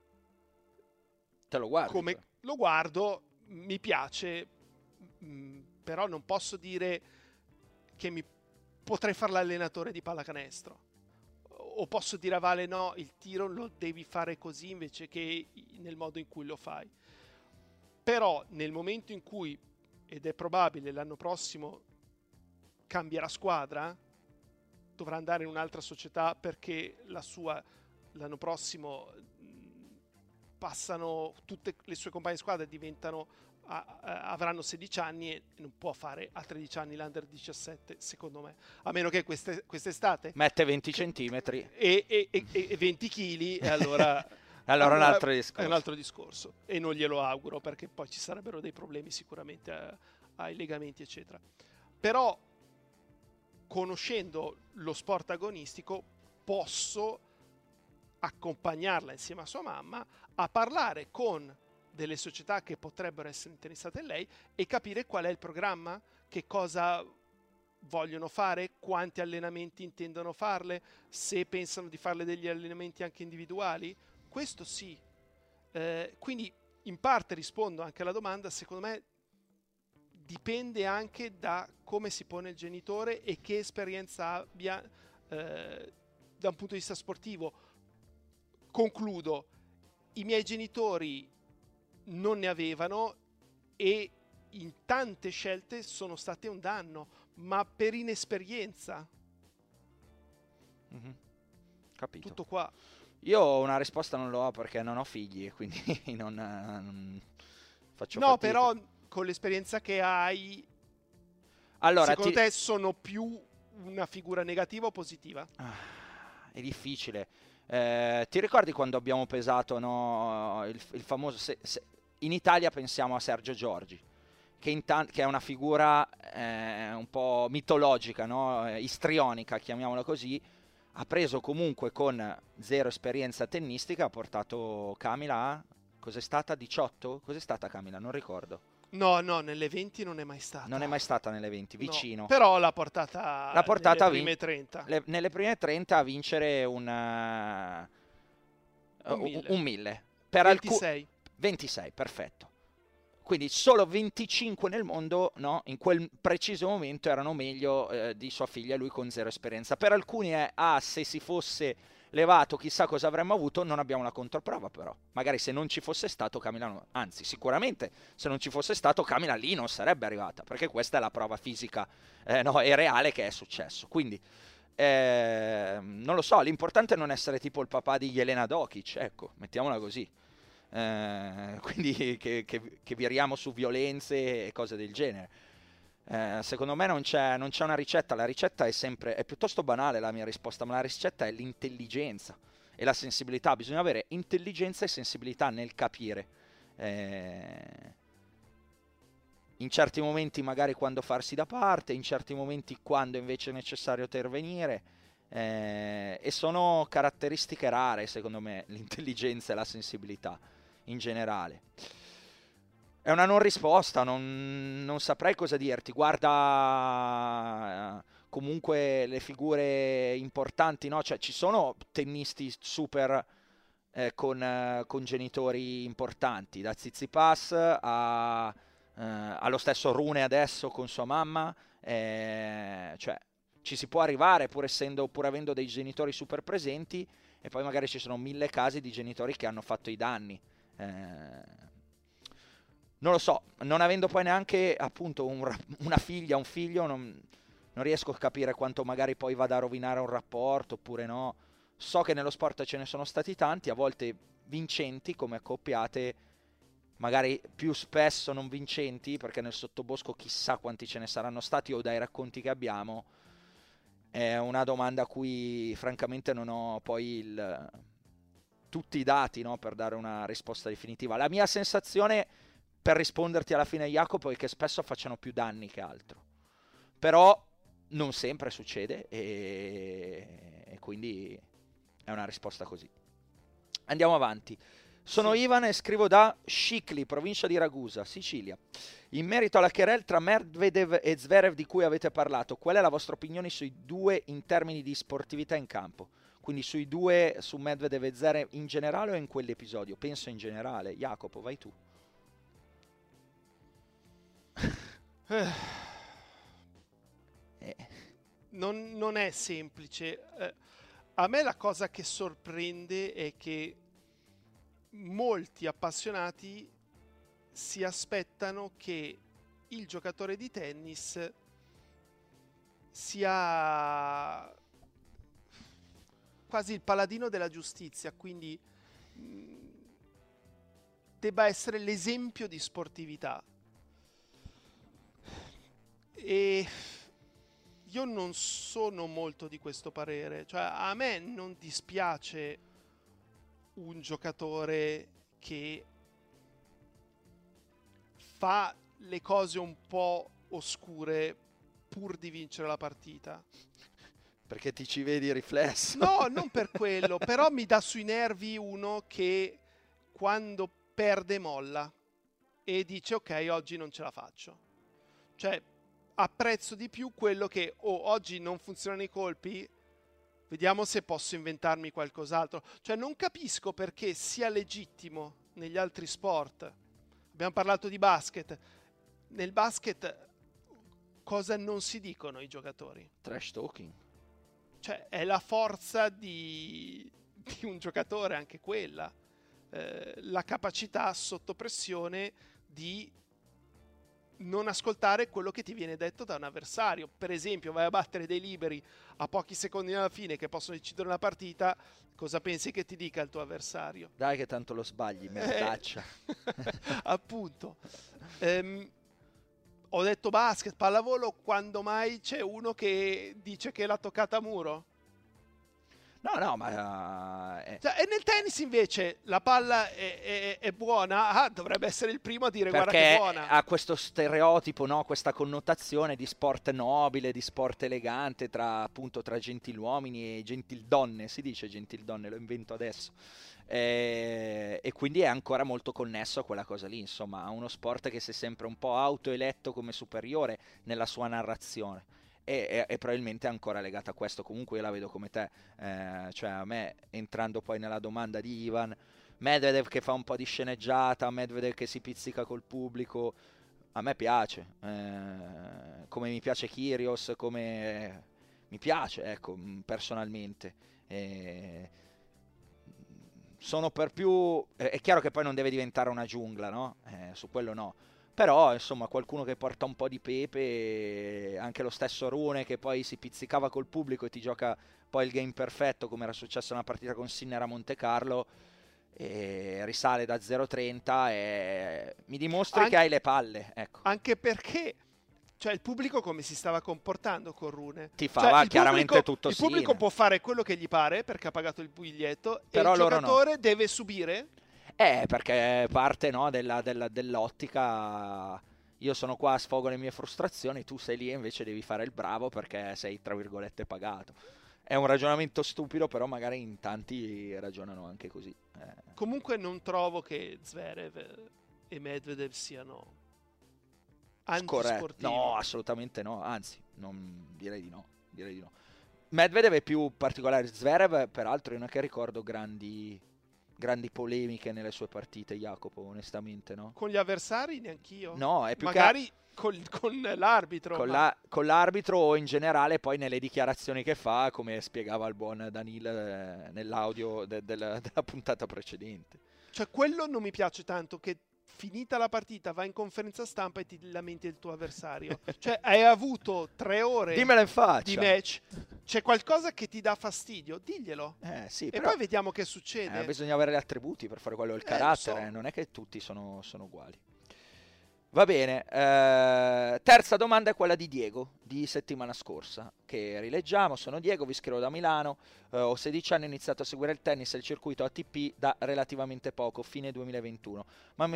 Te lo guardi? Come lo guardo, mi piace, però non posso dire che mi potrei fare l'allenatore di pallacanestro. O posso dire a Vale, no, il tiro lo devi fare così invece che nel modo in cui lo fai. Però nel momento in cui, ed è probabile l'anno prossimo, cambierà squadra, dovrà andare in un'altra società perché l'anno prossimo passano tutte le sue compagne di squadra, avranno 16 anni e non può fare a 13 anni l'Under 17, secondo me, a meno che quest'estate mette 20 centimetri e 20 kg, e allora allora è un altro discorso, e non glielo auguro, perché poi ci sarebbero dei problemi sicuramente ai legamenti eccetera. Però conoscendo lo sport agonistico posso accompagnarla insieme a sua mamma a parlare con delle società che potrebbero essere interessate in lei e capire qual è il programma, che cosa vogliono fare, quanti allenamenti intendono farle, se pensano di farle degli allenamenti anche individuali. Questo sì. Quindi in parte rispondo anche alla domanda. Secondo me dipende anche da come si pone il genitore e che esperienza abbia da un punto di vista sportivo. Concludo, i miei genitori non ne avevano e in tante scelte sono state un danno, ma per inesperienza. Capito. Tutto qua. Io una risposta non l'ho perché non ho figli, quindi non faccio No, fatica. però con l'esperienza che hai, allora, secondo te sono più una figura negativa o positiva? È difficile. Ti ricordi quando abbiamo pesato, no, il famoso... in Italia pensiamo a Sergio Giorgi, che è una figura un po' mitologica, no? Istrionica, chiamiamola così. Ha preso comunque con zero esperienza tennistica, ha portato Camila a... Cos'è stata? 18? Cos'è stata Camila? Non ricordo. No, nelle 20 non è mai stata. Non è mai stata nelle 20, vicino. No, però l'ha portata nelle prime 30. Nelle prime 30 a vincere un 1000. Per 26. 26, perfetto. Quindi solo 25 nel mondo, no, in quel preciso momento erano meglio di sua figlia, lui con zero esperienza. Per alcuni è, se si fosse levato chissà cosa avremmo avuto, non abbiamo la controprova però. Magari se non ci fosse stato Camila, anzi sicuramente se non ci fosse stato Camila lì non sarebbe arrivata, perché questa è la prova fisica e reale che è successo. Quindi non lo so, l'importante è non essere tipo il papà di Jelena Dokic, ecco, mettiamola così. Quindi che viriamo su violenze e cose del genere. Secondo me non c'è una ricetta. La ricetta è piuttosto banale, la mia risposta, ma la ricetta è l'intelligenza e la sensibilità. Bisogna avere intelligenza e sensibilità nel capire in certi momenti magari quando farsi da parte, in certi momenti quando invece è necessario intervenire, e sono caratteristiche rare secondo me, l'intelligenza e la sensibilità in generale. È una non risposta, non saprei cosa dirti. Guarda comunque le figure importanti, no? Cioè ci sono tennisti super con genitori importanti, da Tsitsipas allo stesso Rune adesso con sua mamma, cioè ci si può arrivare pur avendo dei genitori super presenti, e poi magari ci sono 1000 casi di genitori che hanno fatto i danni. non lo so, non avendo poi neanche appunto una figlia, un figlio, non riesco a capire quanto magari poi vada a rovinare un rapporto oppure no. So che nello sport ce ne sono stati tanti, a volte vincenti come accoppiate, magari più spesso non vincenti, perché nel sottobosco chissà quanti ce ne saranno stati o dai racconti che abbiamo. È una domanda a cui francamente non ho poi tutti i dati, no, per dare una risposta definitiva. La mia sensazione, per risponderti alla fine, Jacopo, è che spesso facciano più danni che altro. Però non sempre succede e quindi è una risposta così. Andiamo avanti. Sono Ivan e scrivo da Scicli, provincia di Ragusa, Sicilia. In merito alla querel tra Medvedev e Zverev di cui avete parlato, qual è la vostra opinione sui due in termini di sportività in campo? Quindi sui due, su Medvedev e Zverev in generale o in quell'episodio? Penso in generale. Jacopo, vai tu. Non è semplice. A me la cosa che sorprende è che molti appassionati si aspettano che il giocatore di tennis sia quasi il paladino della giustizia, quindi debba essere l'esempio di sportività. E io non sono molto di questo parere, cioè a me non dispiace un giocatore che fa le cose un po' oscure pur di vincere la partita. Perché ti ci vedi riflesso? No, non per quello, però mi dà sui nervi uno che quando perde molla e dice ok, oggi non ce la faccio. Cioè apprezzo di più quello che oggi non funzionano i colpi, vediamo se posso inventarmi qualcos'altro. Cioè non capisco perché sia legittimo negli altri sport. Abbiamo parlato di basket. Nel basket cosa non si dicono i giocatori? Trash talking. Cioè è la forza di un giocatore anche quella. La capacità sotto pressione di non ascoltare quello che ti viene detto da un avversario. Per esempio, vai a battere dei liberi a pochi secondi dalla fine che possono decidere una partita, cosa pensi che ti dica il tuo avversario? Dai che tanto lo sbagli, merdaccia. Appunto. Ho detto basket, pallavolo, quando mai c'è uno che dice che l'ha toccata a muro? No, ma... Cioè, e nel tennis invece la palla è buona, dovrebbe essere il primo a dire perché guarda che è buona. Ha questo stereotipo, no? Questa connotazione di sport nobile, di sport elegante tra gentiluomini e gentildonne, si dice gentildonne, lo invento adesso. E quindi è ancora molto connesso a quella cosa lì, insomma, a uno sport che si è sempre un po' autoeletto come superiore nella sua narrazione. E probabilmente è ancora legata a questo. Comunque io la vedo come te, cioè a me, entrando poi nella domanda di Ivan, Medvedev che fa un po' di sceneggiata, Medvedev che si pizzica col pubblico, a me piace, come mi piace Kyrgios, come mi piace, ecco, personalmente. Sono per più, è chiaro che poi non deve diventare una giungla, no? Su quello no. Però, insomma, qualcuno che porta un po' di pepe, anche lo stesso Rune che poi si pizzicava col pubblico e ti gioca poi il game perfetto, come era successo una partita con Sinner a Monte Carlo, e risale da 0-30 e mi dimostri che hai le palle, ecco. Anche perché, cioè, il pubblico come si stava comportando con Rune? Ti fa chiaramente tutto il pubblico può fare quello che gli pare perché ha pagato il biglietto, però e il giocatore deve subire? Perché parte, no, dell'ottica, io sono qua, sfogo le mie frustrazioni, tu sei lì e invece devi fare il bravo perché sei, tra virgolette, pagato. È un ragionamento stupido, però magari in tanti ragionano anche così. Comunque non trovo che Zverev e Medvedev siano antisportivi. No, assolutamente no, anzi, direi di no. Medvedev è più particolare, Zverev peraltro io non è che ricordo grandi polemiche nelle sue partite, Jacopo, onestamente, no? Con gli avversari neanch'io. No, è più magari con l'arbitro. Con l'arbitro o in generale poi nelle dichiarazioni che fa, come spiegava il buon Danil nell'audio della puntata precedente. Cioè quello non mi piace tanto, che finita la partita vai in conferenza stampa e ti lamenti del tuo avversario. Cioè hai avuto 3 ore Dimmelo in faccia. di match, c'è qualcosa che ti dà fastidio, diglielo. Sì, E però poi vediamo che succede. bisogna avere gli attributi per fare quello, il Lo carattere, so. non è che tutti sono uguali. Va bene, terza domanda è quella di Diego, di settimana scorsa, che rileggiamo. Sono Diego, vi scrivo da Milano, ho 16 anni, ho iniziato a seguire il tennis e il circuito ATP da relativamente poco, fine 2021, ma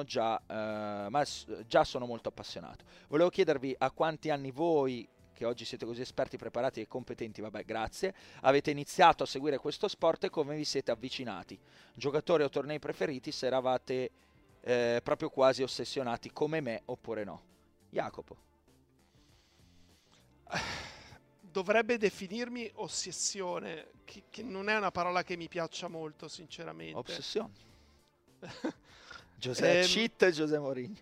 già sono molto appassionato. Volevo chiedervi a quanti anni voi, che oggi siete così esperti, preparati e competenti, vabbè grazie, avete iniziato a seguire questo sport e come vi siete avvicinati. Giocatori o tornei preferiti, se eravate proprio quasi ossessionati come me oppure no. Jacopo. Dovrebbe definirmi ossessione, che non è una parola che mi piaccia molto, sinceramente. Ossessione. Cheat José Mourinho.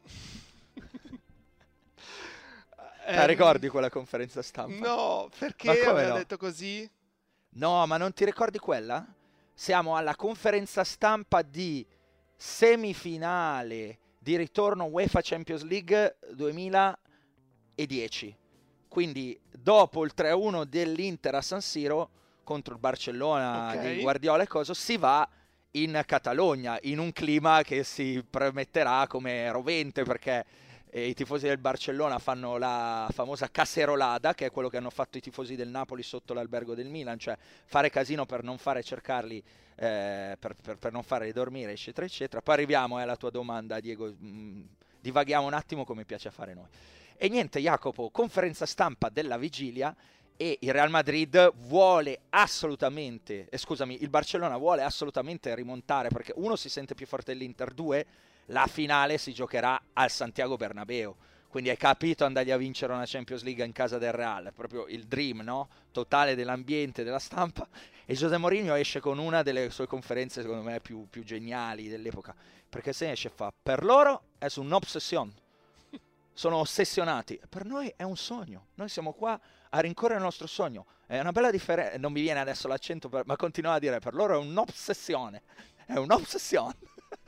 Ricordi quella conferenza stampa? No, perché Ma come aveva no? detto così? No, ma non ti ricordi quella? Siamo alla conferenza stampa di semifinale di ritorno UEFA Champions League 2010. Quindi dopo il 3-1 dell'Inter a San Siro contro il Barcellona di Guardiola e coso, si va in Catalogna in un clima che si premetterà come rovente, perché i tifosi del Barcellona fanno la famosa cacerolada, che è quello che hanno fatto i tifosi del Napoli sotto l'albergo del Milan, cioè fare casino per non fare cercarli, per non farli dormire, eccetera eccetera. Poi arriviamo alla tua domanda, Diego, divaghiamo un attimo come piace a fare noi. E niente, Jacopo, conferenza stampa della vigilia, e il Real Madrid vuole assolutamente, il Barcellona vuole assolutamente rimontare, perché uno, si sente più forte dell'Inter, due, la finale si giocherà al Santiago Bernabéu, quindi hai capito, andargli a vincere una Champions League in casa del Real, è proprio il dream, no? Totale dell'ambiente, della stampa. E José Mourinho esce con una delle sue conferenze secondo me più geniali dell'epoca, perché se esce fa: per loro è un'obsessione, sono ossessionati, per noi è un sogno, noi siamo qua a rincorrere il nostro sogno, è una bella differenza, non mi viene adesso l'accento, ma continua a dire: per loro è un'ossessione, è un'ossessione.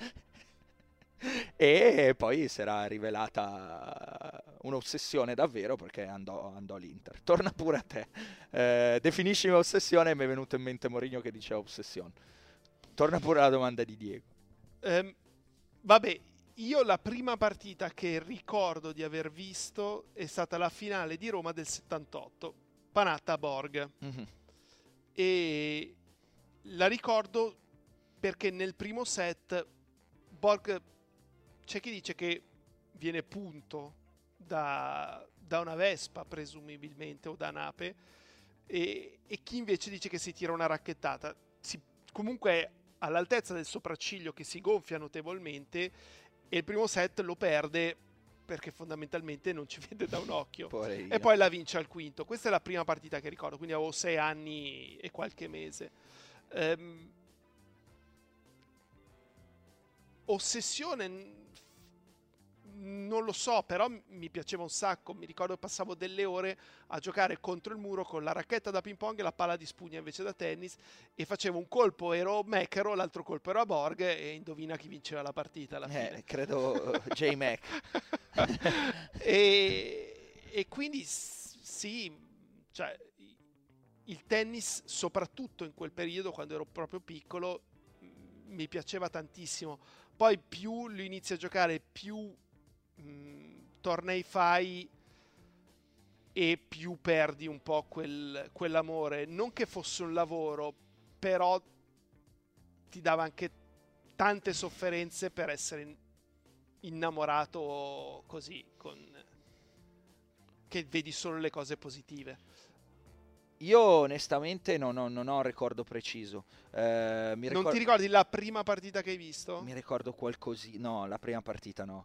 E poi si era rivelata un'ossessione davvero, perché andò all'Inter. Torna pure a te, definiscimi ossessione, e mi è venuto in mente Mourinho che diceva obsessione. Torna pure alla domanda di Diego. Vabbè, io la prima partita che ricordo di aver visto è stata la finale di Roma del 78, Panatta-Borg. Mm-hmm. E la ricordo perché nel primo set Borg, c'è chi dice che viene punto da una Vespa presumibilmente, o da Nape, e chi invece dice che si tira una racchettata. Comunque è all'altezza del sopracciglio, che si gonfia notevolmente, e il primo set lo perde perché fondamentalmente non ci vede da un occhio. Poverino. E poi la vince al quinto. Questa è la prima partita che ricordo, quindi avevo 6 anni e qualche mese. Ossessione non lo so, però mi piaceva un sacco. Mi ricordo che passavo delle ore a giocare contro il muro con la racchetta da ping pong e la palla di spugna invece da tennis, e facevo un colpo, ero Mecaro, l'altro colpo era Borg, e indovina chi vinceva la partita alla fine. Credo J-Mac. e quindi sì, cioè il tennis, soprattutto in quel periodo quando ero proprio piccolo, mi piaceva tantissimo. Poi più lo inizi a giocare, più tornei fai e più perdi un po' quell'amore. Non che fosse un lavoro, però ti dava anche tante sofferenze per essere innamorato così, che vedi solo le cose positive. Io onestamente non ho un ricordo preciso. Non ti ricordi la prima partita che hai visto? Mi ricordo qualcosina. No, la prima partita no.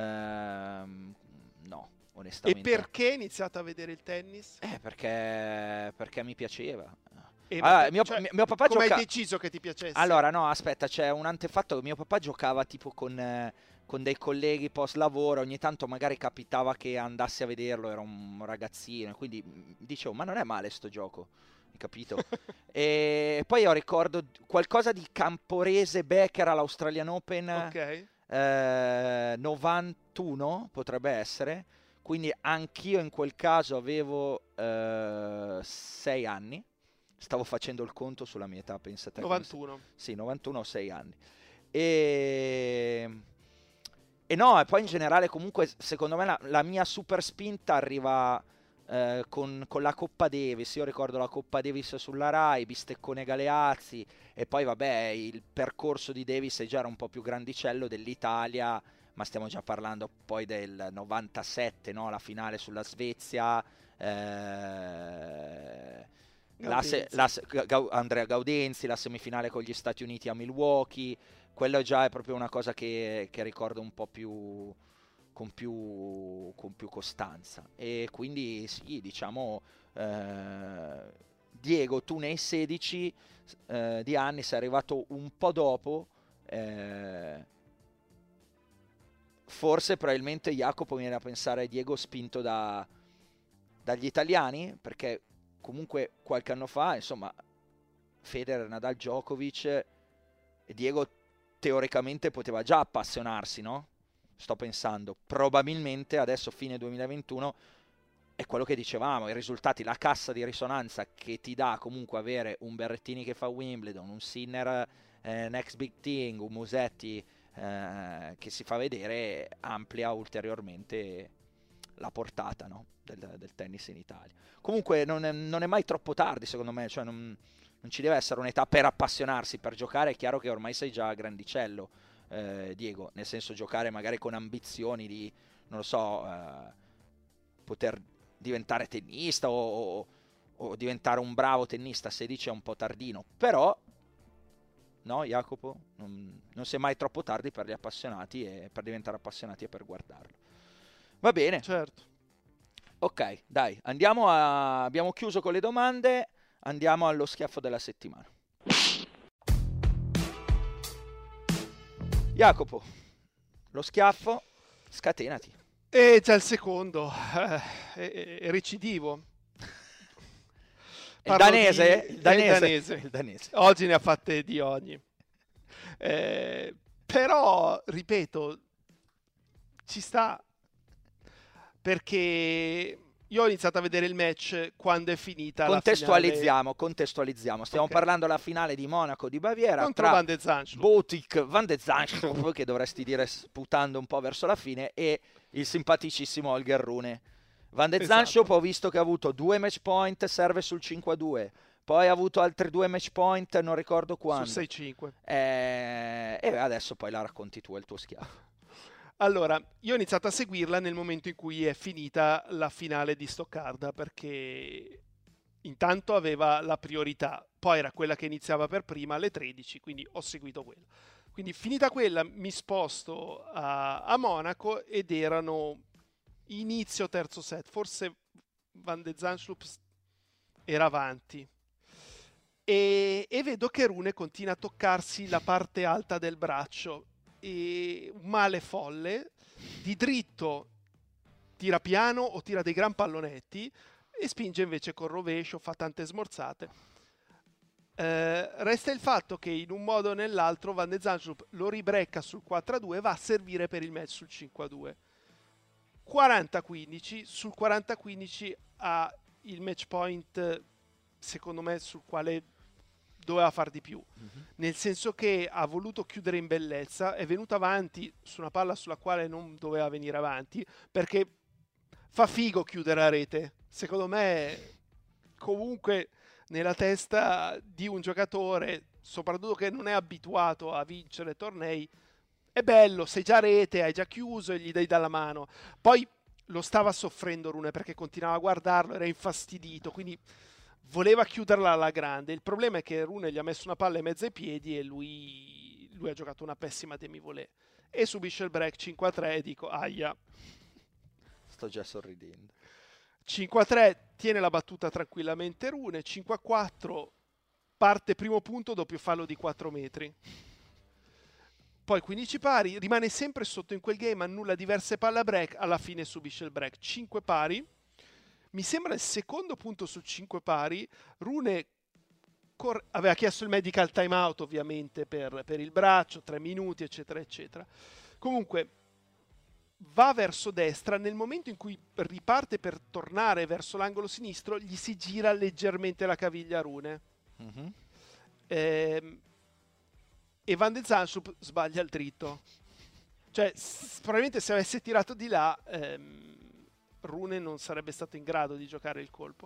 No, onestamente. E perché hai iniziato a vedere il tennis? Perché mi piaceva. Mio papà come hai deciso che ti piacesse? Allora, no, aspetta, c'è un antefatto che mio papà giocava tipo con dei colleghi post lavoro, ogni tanto magari capitava che andassi a vederlo, era un ragazzino, quindi dicevo: ma non è male sto gioco, hai capito? E poi io ricordo qualcosa di Camporese Becker all'Australian Open, Ok. 91 potrebbe essere, quindi anch'io in quel caso avevo 6 anni, stavo facendo il conto sulla mia età, pensate. 91. Sì, 91 o 6 anni. E no, e poi in generale comunque secondo me la mia super spinta arriva con la Coppa Davis. Io ricordo la Coppa Davis sulla Rai, Bisteccone Galeazzi, e poi vabbè il percorso di Davis già era un po' più grandicello dell'Italia, ma stiamo già parlando poi del 97, no? La finale sulla Svezia, Andrea Gaudenzi, la semifinale con gli Stati Uniti a Milwaukee. Quello già è proprio una cosa che ricordo un po' più con più costanza. E quindi sì, diciamo, Diego, tu nei 16 di anni sei arrivato un po' dopo, forse probabilmente Jacopo viene a pensare a Diego spinto dagli italiani, perché comunque qualche anno fa, insomma, Federer, Nadal, Djokovic, e Diego teoricamente poteva già appassionarsi, no? Sto pensando, probabilmente adesso fine 2021 è quello che dicevamo, i risultati, la cassa di risonanza che ti dà comunque avere un Berrettini che fa Wimbledon, un Sinner Next Big Thing, un Musetti che si fa vedere, amplia ulteriormente la portata, no? del tennis in Italia. Comunque non è mai troppo tardi secondo me, cioè non ci deve essere un'età per appassionarsi, per giocare. È chiaro che ormai sei già grandicello, Diego, nel senso, giocare magari con ambizioni di, non lo so, poter diventare tennista o diventare un bravo tennista a 16 è un po' tardino, però no, Jacopo, non sia mai troppo tardi per gli appassionati e per diventare appassionati e per guardarlo. Va bene, certo. Ok, dai, abbiamo chiuso con le domande, andiamo allo schiaffo della settimana. Jacopo, lo schiaffo, scatenati. E già il secondo, è recidivo. Il danese. Oggi ne ha fatte di ogni. Però, ripeto, ci sta, perché io ho iniziato a vedere il match quando è finita contestualizziamo. Stiamo Okay. parlando della finale di Monaco di Baviera contro tra Van de Zandschulp. Botic Van de Zandschulp, che dovresti dire sputando un po' verso la fine, e il simpaticissimo Holger Rune. Van de Zandschulp, ho visto che ha avuto 2 match point, serve sul 5-2, poi ha avuto altri 2 match point, non ricordo quando, Sul 6-5. E adesso poi la racconti tu, è il tuo schiaffo. Allora, io ho iniziato a seguirla nel momento in cui è finita la finale di Stoccarda, perché intanto aveva la priorità, poi era quella che iniziava per prima alle 13, quindi ho seguito quella. Quindi finita quella mi sposto a Monaco ed erano inizio terzo set, forse Van de Zandschulp era avanti. E vedo che Rune continua a toccarsi la parte alta del braccio, e un male folle, di dritto tira piano o tira dei gran pallonetti e spinge invece col rovescio, fa tante smorzate. Resta il fatto che in un modo o nell'altro Van de Zandschulp lo ribrecca sul 4-2 e va a servire per il match sul 5-2. 40-15, sul 40-15 ha il match point secondo me sul quale doveva far di più, nel senso che ha voluto chiudere in bellezza, è venuto avanti su una palla sulla quale non doveva venire avanti, perché fa figo chiudere a rete, secondo me. Comunque nella testa di un giocatore, soprattutto che non è abituato a vincere tornei, è bello, sei già a rete, hai già chiuso e gli dai dalla mano. Poi lo stava soffrendo Rune, perché continuava a guardarlo, era infastidito, quindi voleva chiuderla alla grande. Il problema è che Rune gli ha messo una palla in mezzo ai piedi e lui ha giocato una pessima demi-volée e subisce il break 5-3 e dico aia. Sto già sorridendo. 5-3, tiene la battuta tranquillamente Rune. 5-4, parte primo punto, doppio fallo di 4 metri. Poi 15 pari, rimane sempre sotto in quel game, annulla diverse palle a break, alla fine subisce il break. 5 pari. Mi sembra il secondo punto su 5 pari. Rune aveva chiesto il medical timeout ovviamente per il braccio, 3 minuti eccetera eccetera. Comunque va verso destra, nel momento in cui riparte per tornare verso l'angolo sinistro gli si gira leggermente la caviglia a Rune. E Van de Zandschulp sbaglia il dritto, cioè probabilmente se avesse tirato di là Rune non sarebbe stato in grado di giocare il colpo.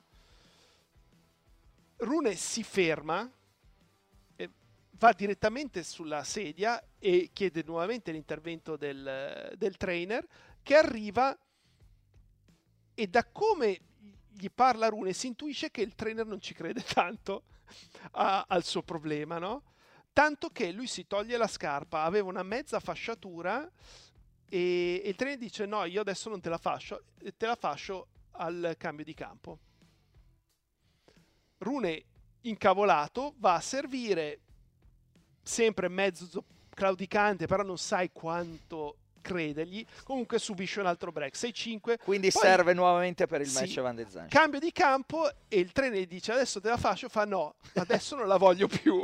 Rune si ferma, va direttamente sulla sedia e chiede nuovamente l'intervento del trainer, che arriva, e da come gli parla Rune si intuisce che il trainer non ci crede tanto al suo problema, no? Tanto che lui si toglie la scarpa, aveva una mezza fasciatura e il trainer dice no, io adesso non te la fascio al cambio di campo. Rune, incavolato, va a servire, sempre mezzo claudicante, però non sai quanto credergli. Comunque subisce un altro break, 6-5. Quindi poi serve nuovamente per il match Van de Zandschulp. Cambio di campo e il trainer gli dice adesso te la fascio, fa no, adesso non la voglio più.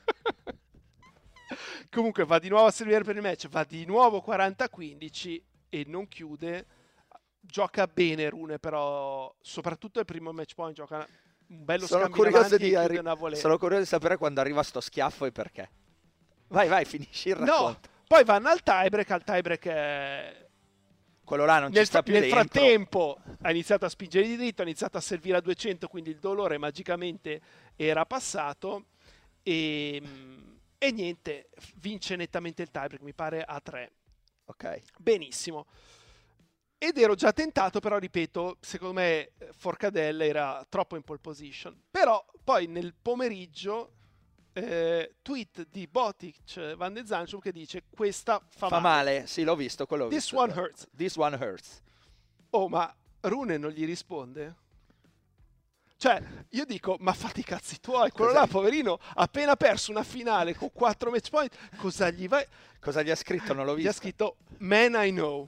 Comunque va di nuovo a servire per il match, va di nuovo 40-15 e non chiude. Gioca bene Rune, però soprattutto il primo match point gioca un bello scambio avanti e chiude una volée. Sono curioso di sapere quando arriva sto schiaffo e perché. Vai, finisci il racconto. No, poi vanno al tiebreak, quello là non ci sta più nel dentro. frattempo ha iniziato a spingere di dritto, ha iniziato a servire a 200, quindi il dolore magicamente era passato e niente, vince nettamente il tiebreak, mi pare a 3. Ok. Benissimo. Ed ero già tentato, però ripeto, secondo me Forcadell era troppo in pole position. Però poi nel pomeriggio tweet di Botic Van de Zandschulp che dice questa fa male. Sì, l'ho visto, quello This one hurts. This one hurts. Oh, ma Rune non gli risponde? Cioè, io dico, ma fatti i cazzi tuoi, quello là, poverino, ha appena perso una finale con 4 match point, cosa gli vai? Cosa gli ha scritto? Non l'ho visto. Gli ha scritto, man I know.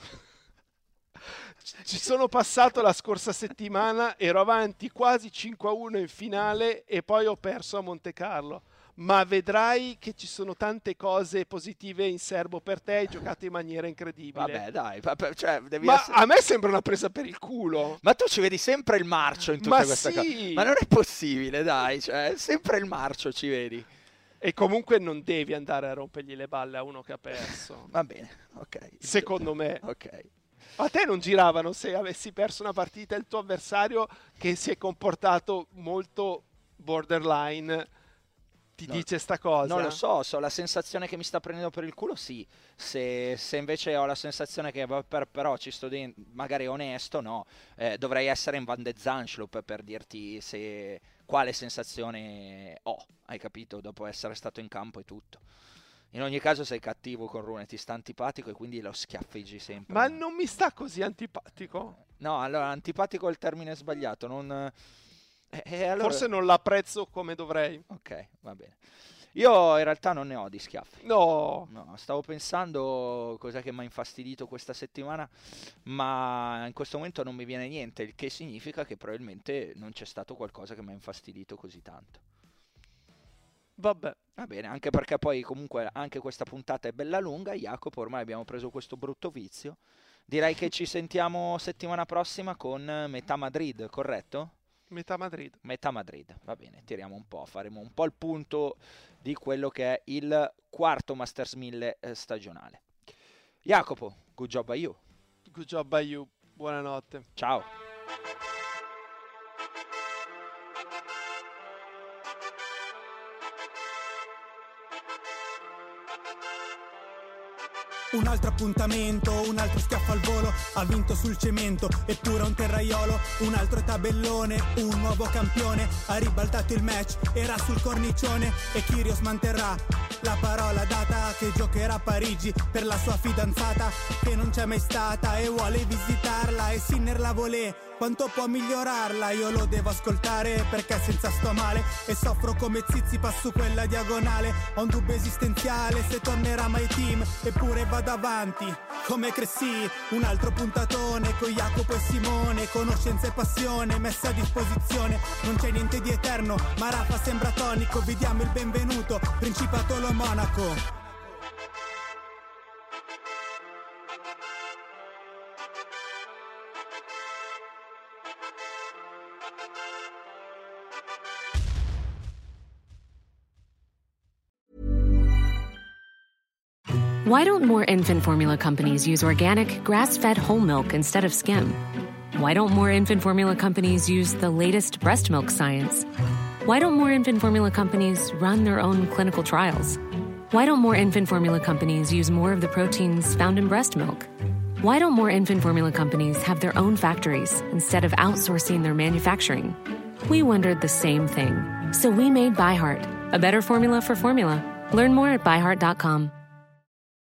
Ci sono passato la scorsa settimana, ero avanti quasi 5-1 in finale e poi ho perso a Monte Carlo. Ma vedrai che ci sono tante cose positive in serbo per te, hai giocato in maniera incredibile. Vabbè, dai, cioè, a me sembra una presa per il culo. Ma tu ci vedi sempre il marcio in tutte queste cose. Ma non è possibile, dai, cioè, sempre il marcio ci vedi. E comunque non devi andare a rompergli le balle a uno che ha perso. Va bene, ok. Secondo me. Ok. A te non giravano se avessi perso una partita il tuo avversario che si è comportato molto borderline ti dice sta cosa? Non lo so, ho la sensazione che mi sta prendendo per il culo, sì. Se invece ho la sensazione che però ci sto dentro, magari onesto, no. Dovrei essere in Van de Zandschulp per dirti quale sensazione ho, hai capito? Dopo essere stato in campo e tutto. In ogni caso sei cattivo con Rune, ti sta antipatico e quindi lo schiaffeggi sempre. Ma non mi sta così antipatico? No, allora antipatico è il termine sbagliato, non... allora... Forse non l'apprezzo come dovrei. Ok, va bene. Io in realtà non ne ho di schiaffi. No, stavo pensando cos'è che mi ha infastidito questa settimana, ma in questo momento non mi viene niente, il che significa che probabilmente non c'è stato qualcosa che mi ha infastidito così tanto. Vabbè. Va bene, anche perché poi comunque anche questa puntata è bella lunga, Jacopo, ormai abbiamo preso questo brutto vizio. Direi che ci sentiamo settimana prossima con Metà Madrid, corretto? Metà Madrid, va bene, tiriamo un po', faremo un po' il punto di quello che è il quarto Masters 1000 stagionale. Jacopo, good job by you. Good job by you, buonanotte. Ciao. Un altro appuntamento, un altro schiaffo al volo, ha vinto sul cemento, eppure un terraiolo, un altro tabellone, un nuovo campione, ha ribaltato il match, era sul cornicione e Kyrgios manterrà la parola data che giocherà a Parigi per la sua fidanzata che non c'è mai stata e vuole visitarla e Sinner la volè. Quanto può migliorarla? Io lo devo ascoltare perché senza sto male e soffro come Tsitsipas su quella diagonale. Ho un dubbio esistenziale se tornerà mai team, eppure vado avanti come Cressy. Un altro puntatone con Jacopo e Simone, conoscenza e passione messa a disposizione. Non c'è niente di eterno, ma Rafa sembra tonico. Vi diamo il benvenuto, Principato lo Monaco. Why don't more infant formula companies use organic, grass-fed whole milk instead of skim? Why don't more infant formula companies use the latest breast milk science? Why don't more infant formula companies run their own clinical trials? Why don't more infant formula companies use more of the proteins found in breast milk? Why don't more infant formula companies have their own factories instead of outsourcing their manufacturing? We wondered the same thing. So we made ByHeart, a better formula for formula. Learn more at byheart.com.